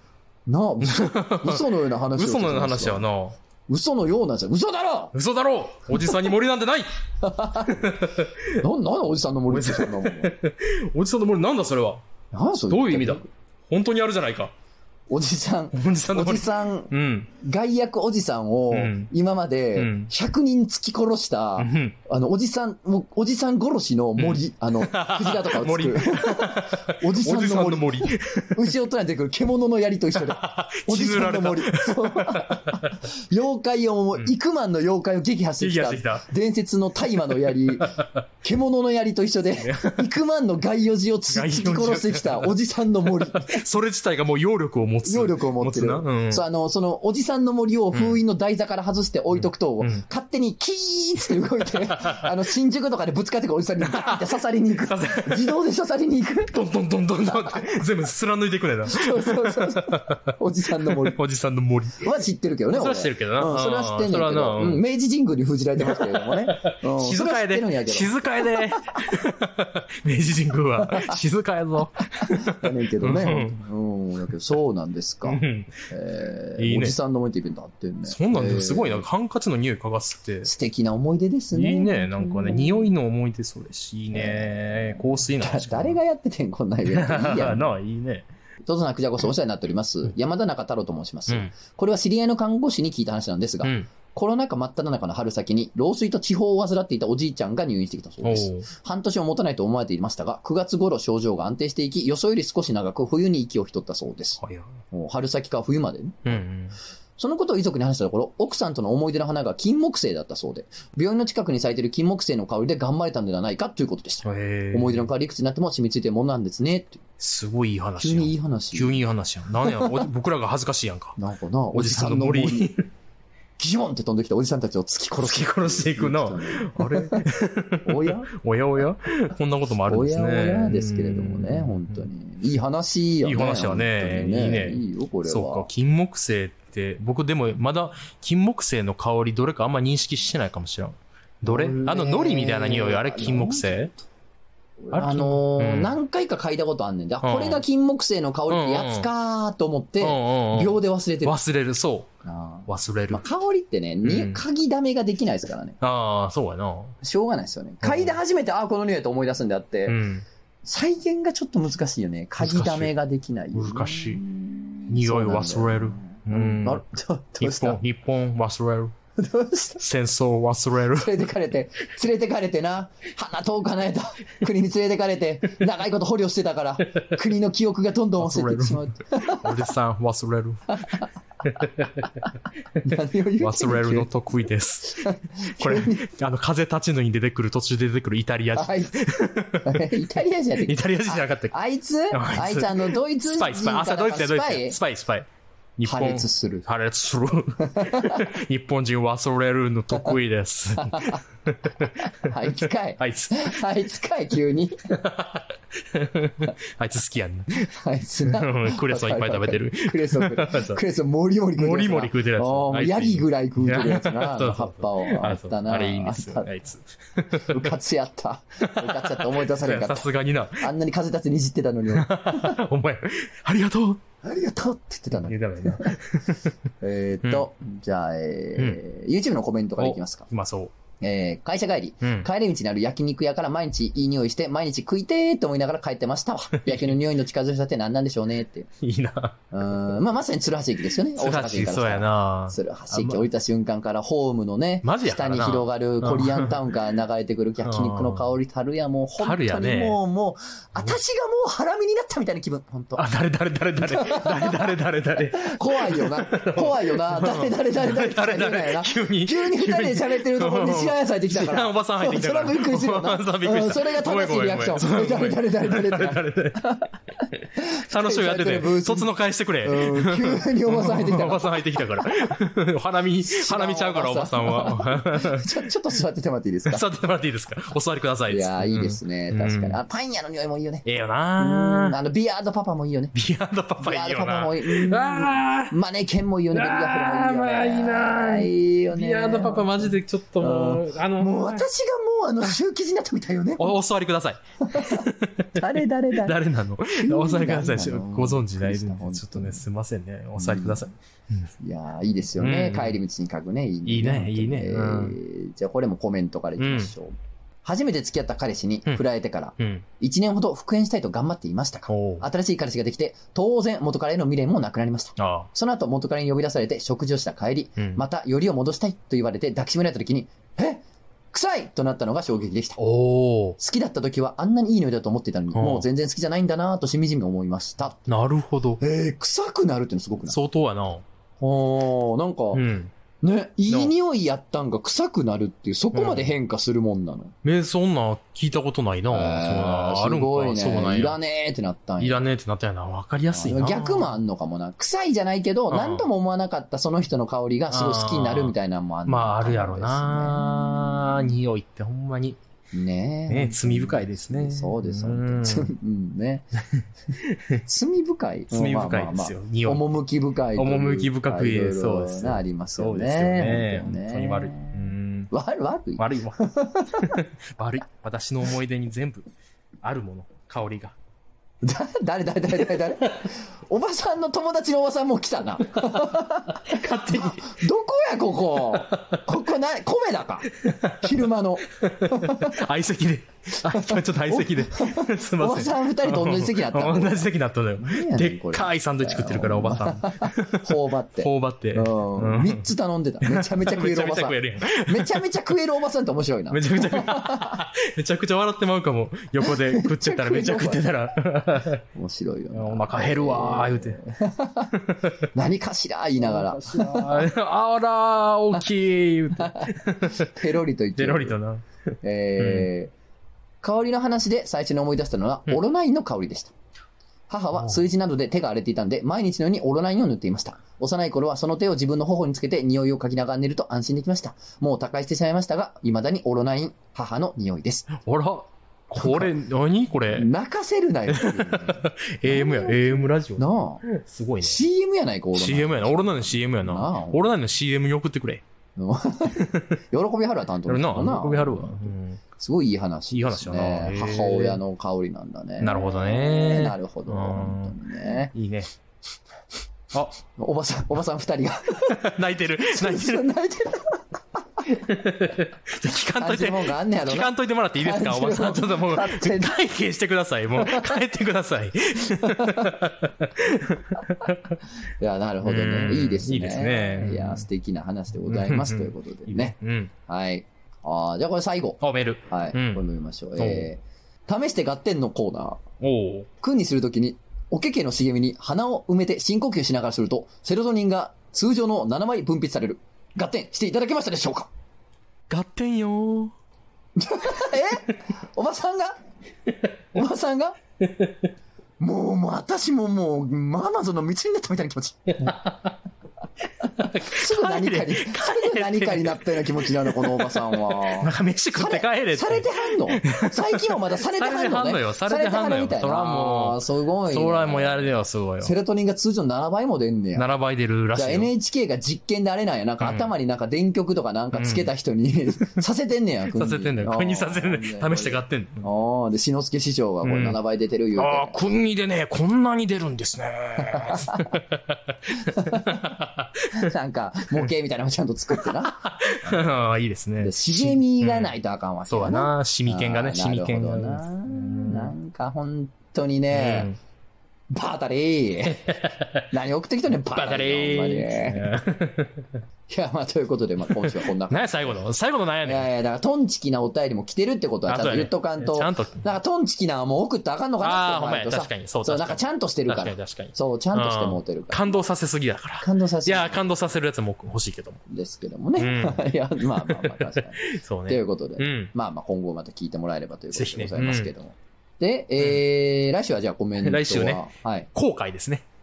なあ、嘘のような話を。 嘘のような話やな。 嘘のようなじゃ、嘘だろ嘘だろおじさんに森なんてないなんだおじさんの森ってそんなもん。 おじさんの森なんだそれは。 何それどういう意味だ本当にあるじゃないか。 おじさん、 うん、 害悪おじさんを、今まで、100人突き殺した、おじさん殺しの森、クジラとかを作る。おじさんの森。後ろと出てくる獣の槍と一緒で。おじさんの森。妖怪を、幾万の妖怪を撃破してきた、伝説の大麻の槍、獣の槍と一緒で、幾万の害妖児を突き殺してきた、おじさんの森。 それ自体がもう揚力を持つ。 揚力を持ってる。その、おじさんの森を封印の台座から外して置いとくと、勝手にキーって動いて、新宿とかでぶつかってくるおじさんにガーって刺さりに行く。自動で刺さりに行く。 ドンドンドンドンドンって全部貫いていくねんな。 そう。おじさんの森。 おじさんの森。 は知ってるけどね。 それは知ってるけどな。 それは知ってんねんけど。明治神宮に封じられてますけれどもね。 静かやで。静かやで。明治神宮は静かやぞ。 だねんけどね。だけどそうなんですか。いいね。おじさんの思い出イベントあってんね。 そうなんだよ。すごいな。ハンカチの匂い嗅がすって。 素敵な思い出ですね。 いいね。なんかね、匂いの思い出それし、いいね。香水な話。 誰がやっててん、こんなイベント。いいやん。 なあ、いいね。 とぞなくじゃこそお世話になっております。山田中太郎と申します。これは知り合いの看護師に聞いた話なんですが、コロナ禍真っ只中の春先に老衰と痴呆を患っていたおじいちゃんが入院してきたそうです。半年を持たないと思われていましたが、9月頃症状が安定していき、予想より少し長く冬に息を引き取ったそうです。春先から冬までね。そのことを遺族に話したところ、奥さんとの思い出の花が金木犀だったそうで、病院の近くに咲いている金木犀の香りで頑張れたのではないかということでした。思い出の香りいくつになっても染みついているものなんですね。 すごいいい話やん。 急にいい話。 急にいい話やん。なんや、僕らが恥ずかしいやんか。 なんかな、おじさんの森。ギジョンって飛んできたおじさんたちを突き殺していくな。あれおやこんなこともあるんですね。 おやですけれどもね、本当に。いい話やね。 いい話はね。いいね。 いいよ、これは。 そうか、金木犀って、僕でもまだ金木犀の香りどれかあんま認識してないかもしれん。どれ海苔みたいな匂い、あれ金木犀何回か嗅いだことあんねんで、これが金木犀の香りってやつかーと思って、秒で忘れてる。 忘れる、そう。忘れる。 香りってね、嗅ぎだめができないですからね。 ああ、そうやな。 しょうがないですよね。嗅いで初めて、この匂いと思い出すんであって、再現がちょっと難しいよね。嗅ぎだめができない。 難しい。匂い忘れる。日本忘れる。 どうした戦争忘れる。 連れてかれてな、鼻遠く離れた国に連れてかれて、長いこと捕虜してたから、国の記憶がどんどん忘れてしまう。 おじさん忘れる。忘れるの得意です。これ、風立ちぬに出てくる、途中で出てくるイタリア人。 イタリア人やってイタリア人じゃなかったっけ？ あいつドイツ人。 スパイ。 破裂する。 日本人忘れるの得意です。 あいつかい。 あいつかい、急に。 あいつ好きやんな。 あいつな。 クレソンいっぱい食べてる。 クレソンもりもり食うてる。 もりもり食うてるやつ。 ヤギぐらい食うてるやつな。葉っぱを。あったな。 あれいいんですよ、あいつ。 うかつやった。思い出されんかった。 さすがにな。 あんなに風立つにじってたのに。 お前、ありがとうって言ってたのに。じゃあ、YouTube のコメントからいきますか。 まあそう。 会社帰り、帰り道にある焼肉屋から毎日いい匂いして、毎日食いてーって思いながら帰ってましたわ。焼きの匂いの近づいたって何なんでしょうねって。 いいな。 まさに鶴橋駅ですよね。 大阪駅から。そうやな。 鶴橋駅降りた瞬間からホームのね、下に広がるコリアンタウンから流れてくる焼肉の香りたるや、もう本当にもう、私がもうハラミになったみたいな気分、本当。 誰怖いよな。誰急に二人で喋ってるところに知らんやつ入ってきたから。 おばさん入ってきたから。 それはびっくりするよな。それが正しいリアクション。誰。 楽しみやってて、卒の返してくれ。 急におばさん入ってきたから。 おばさん入ってきたから。花見ちゃうから、おばさんは。 ちょっと座っててもらっていいですか？ 座っててもらっていいですか？お座りください。 いや、いいですね。確かに。パン屋の匂いもいいよね。 ええよな。 ビアードパパもいいよね。 ビアードパパいいよな。 マネケンもいいよね。ベルガフルもいいよね。 いいな。いいよね。ビアードパパマジでちょっともう、 もう私がもうシュー生地になったみたいよね。 お座りください。 誰誰なのお座りください。ご存知ないで、ちょっとね、すいませんね。お座りください。 いやいいですよね。帰り道に書くね。 いいね。 じゃあこれもコメントからいきましょう。初めて付き合った彼氏に振られてから、1年ほど復縁したいと頑張っていましたが、新しい彼氏ができて、当然元彼への未練もなくなりました。その後元彼に呼び出されて食事をした帰り、またよりを戻したいと言われて抱きしめられた時に、臭いとなったのが衝撃でした。好きだった時はあんなにいい匂いだと思っていたのに、もう全然好きじゃないんだなとしみじみ思いました。 なるほど。 臭くなるってのすごくない？ 相当やな。 なんか、ね、いい匂いやったんが臭くなるっていう、そこまで変化するもんなの。 そんな聞いたことないな。あるんか。すごいね。 いらねえってなったんや。 いらねえってなったんやな。わかりやすいな。 逆もあんのかもな。臭いじゃないけど、なんとも思わなかったその人の香りがすごい好きになるみたいなのもあんのかも。 あるやろな。匂いってほんまに。ね罪深いですね。 そうです。ね。罪深い。 罪深いですよ。匂い。 趣深い。 趣深く、そうです。 ありますよね。 そうですよね。本当に悪い。悪いわ。悪い。私の思い出に全部あるもの、香りが。 誰おばさんの友達のおばさんも来たな。 勝手に。 どこや、ここ。米だか。昼間の。 相席で。ちょっと相席で。すみません。 おばさん二人と同じ席だった。 同じ席だったのよ。でっかいサンドイッチ食ってるから、おばさん。 頬張って。3つ頼んでた。めちゃめちゃ食えるおばさん。めちゃめちゃ食えるおばさんって面白いな。 めちゃくちゃ笑ってまうかも。横で食ってたら、めちゃ食ってたら。 面白いよね。 お腹減るわー、言うて。 何かしら言いながら。 あらー、大きい、言うて。 ペロリと言って。 ペロリとな。 香りの話で最初に思い出したのは、オロナインの香りでした。母は炊事などで手が荒れていたので、毎日のようにオロナインを塗っていました。幼い頃はその手を自分の頬につけて匂いを嗅ぎながら寝ると安心できました。もう他界してしまいましたが、未だにオロナイン、母の匂いです。 あら、これ、何これ。 泣かせるなよ。 AM ラジオ。 なあ。 すごいね。 CM やないか、オロナイン。 CM やな。オロナインの CM やな。オロナインの CM に送ってくれ。 喜びはるわ、担当の人な。喜びはるわ。 すごいいい話。 いい話だな。 母親の香りなんだね。 なるほどね。 なるほど。本当にね。 いいね。 おばさん二人が。 泣いてる。聞かんといて、聞かんといてもらっていいですか、おばさん。ちょっともう、会計してください。もう、帰ってください。いや、なるほどね。いいですね。 いいですね。 いや、素敵な話でございます。ということでね。はい。じゃあこれ最後。 メール。 はい。これ読みましょう。試して合点のコーナー。訓にするときに、おけけの茂みに鼻を埋めて深呼吸しながらすると、セロトニンが通常の7倍分泌される。合点していただけましたでしょうか？ 合点よー。 おばさんがもう私ももう、ママゾンの道になったみたいな気持ち。すぐ何かになったような気持ちなの、このおばさんは。 なんか飯食って帰れって。 されてはんの？最近はまだされてはんのね。 されてはんのよ。そらもう、 すごい。 そらもうやるよ、すごいよ。 セロトニンが通常7倍も出んねや。 7倍出るらしいよ。 じゃあ NHK が実験であれなんや。なんか頭になんか電極とかなんかつけた人にさせてんねや。 させてんねや。国にさせてんねや。試して買ってんの。で、志の輔師匠がこれ7倍出てる言うて。 国でね、こんなに出るんですね。 なんか、模型みたいなのをちゃんと作ってな。 いいですね。 茂みがないとあかんわけそうやな。シミ犬がね、シミ犬が。 なんか本当にね、バタリー何送ってきたねん、バタリーいや、まあ、ということで、まあ、今週はこんな。 何や、最後の何やねん。 いや、だから、トンチキなお便りも来てるってことは、ちゃんと言っとかんと。なんか、トンチキなはもう送ったらあかんのかなって思うとさ。 確かに、そう、 なんか、ちゃんとしてるから。確かに。そう、ちゃんとしてもうてるから。 感動させすぎだから。いや、感動させるやつも欲しいけども。 ですけどもね。いや、まあ、確かに。 そうね。 ということで、まあ、今後また聞いてもらえればということでございますけども。で、来週はじゃあコメントは。 来週ね。後悔ですね。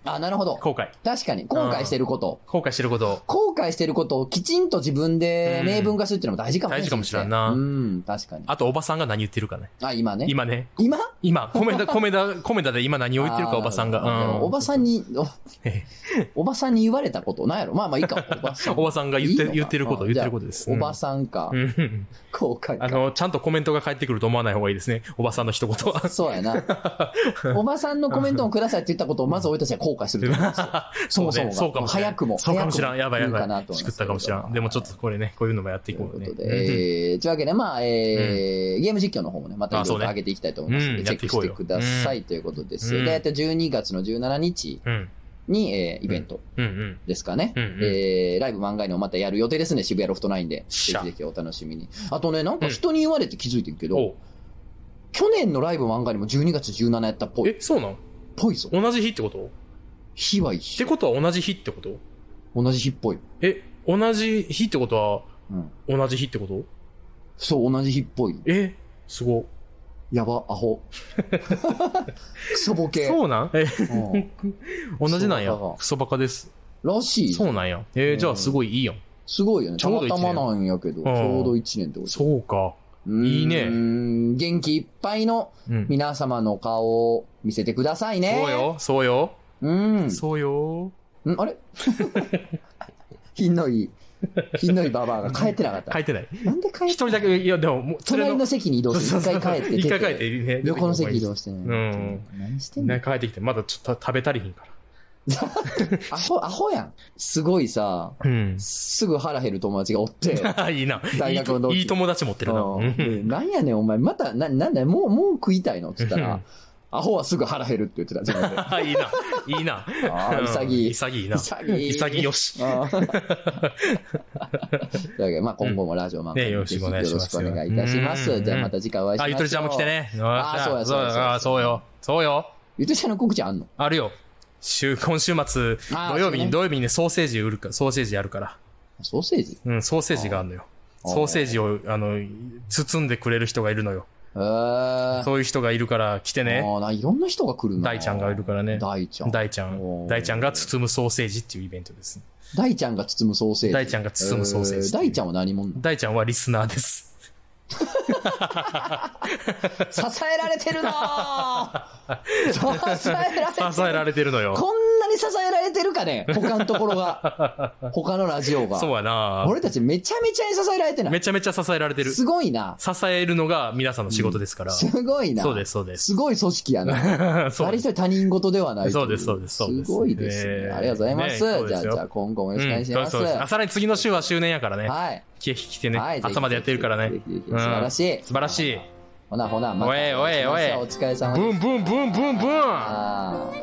あ、なるほど。 後悔。 確かに。後悔してること。 後悔してること。 後悔してることをきちんと自分で明文化するっていうのも大事かもしれない。 大事かもしれんな。 うん、確かに。 あと、おばさんが何言ってるかね。 あ、今ね。 今ね。 今コメダで今何を言ってるか、おばさんが。 おばさんに、おばさんに言われたことないやろ。まあいいか。 おばさんが言ってることです。 おばさんか。後悔か。 ちゃんとコメントが返ってくると思わない方がいいですね。おばさんの一言は。 そうやな。おばさんのコメントをくださいって言ったことをまず俺たちは後悔すると思うんですよ。そもそもが。 そうかもしれん。 早くも。 そうかもしれん。やばい。しくったかもしれん。でもちょっとこれね、こういうのもやっていこうね。 ということで、というわけで、まあ、ゲーム実況の方もね、またいろいろ上げていきたいと思いますので、チェックしてくださいということです。で、12月の17日に、イベントですかね。ライブ漫画にもまたやる予定ですね、渋谷ロフト9で。ぜひぜひお楽しみに。あとね、なんか人に言われて気づいてるけど、去年のライブ漫画にも12月17やったっぽい。 そうなんぽいぞ。 同じ日ってこと？ 日は一緒。 ってことは同じ日ってこと？ 同じ日っぽい。 同じ日ってことは、同じ日ってこと？ そう、同じ日っぽい。 すご。 やば、アホ。クソボケ。 そうなん同じなんや。クソバカです。 らしい。 そうなんや。じゃあすごいいいやん。 すごいよね。たまたまなんやけど、ちょうど1年ってこと。 そうか。いいね。 元気いっぱいの皆様の顔を見せてくださいね。 そうよ。そうよ。 あれひんのいババアが帰ってなかった。 帰ってない。 なんで帰ってない？ 一人だけ、いやでも、 隣の席に移動して、一回帰って。 一回帰ってね。 横の席移動してね。何してんの？ 帰ってきて、まだちょっと食べ足りひんから。 アホやん。すごいさ、すぐ腹減る友達がおって。 いいな。 大学の同期。 いい友達持ってるな。 なんやねんお前、また、なんだよ、もう食いたいのって言ったら、アホはすぐ腹減るって言ってた、自分で。 いいな。 潔いな。潔よし。というわけで、まあ今後もラジオ漫画よろしくお願いします。 よろしくお願いいたします。じゃあまた次回お会いしましょう。 ゆとりちゃんも来てね。 そうよ。 ゆとりちゃんの告知あんの？ あるよ。今週末、土曜日にね、ソーセージやるから。 ソーセージ？ ソーセージがあるのよ。ソーセージを、包んでくれる人がいるのよ。そういう人がいるから来てね。 いろんな人が来るんだ。 大ちゃんがいるからね。 大ちゃんが包むソーセージっていうイベントです。 大ちゃんが包むソーセージ。 大ちゃんが包むソーセージ。 大ちゃんは何者？ 大ちゃんはリスナーです。 支えられてるな支えられてるのよ。 こんなに支えられてるかね、他のところが。他のラジオが。 そうやな。 俺たちめちゃめちゃに支えられてない。 めちゃめちゃ支えられてる。 すごいな。 支えるのが皆さんの仕事ですから。 すごいな。 そうです。 すごい組織やな。誰一人他人事ではない。 そうです。 すごいですね。ありがとうございます。じゃあ今後もよろしくお願いします。 さらに次の週は周年やからね。 はい。 来てね。朝までやってるからね。 素晴らしい。 素晴らしい。 ほな、また。 おい。 お疲れ様です。 ブン。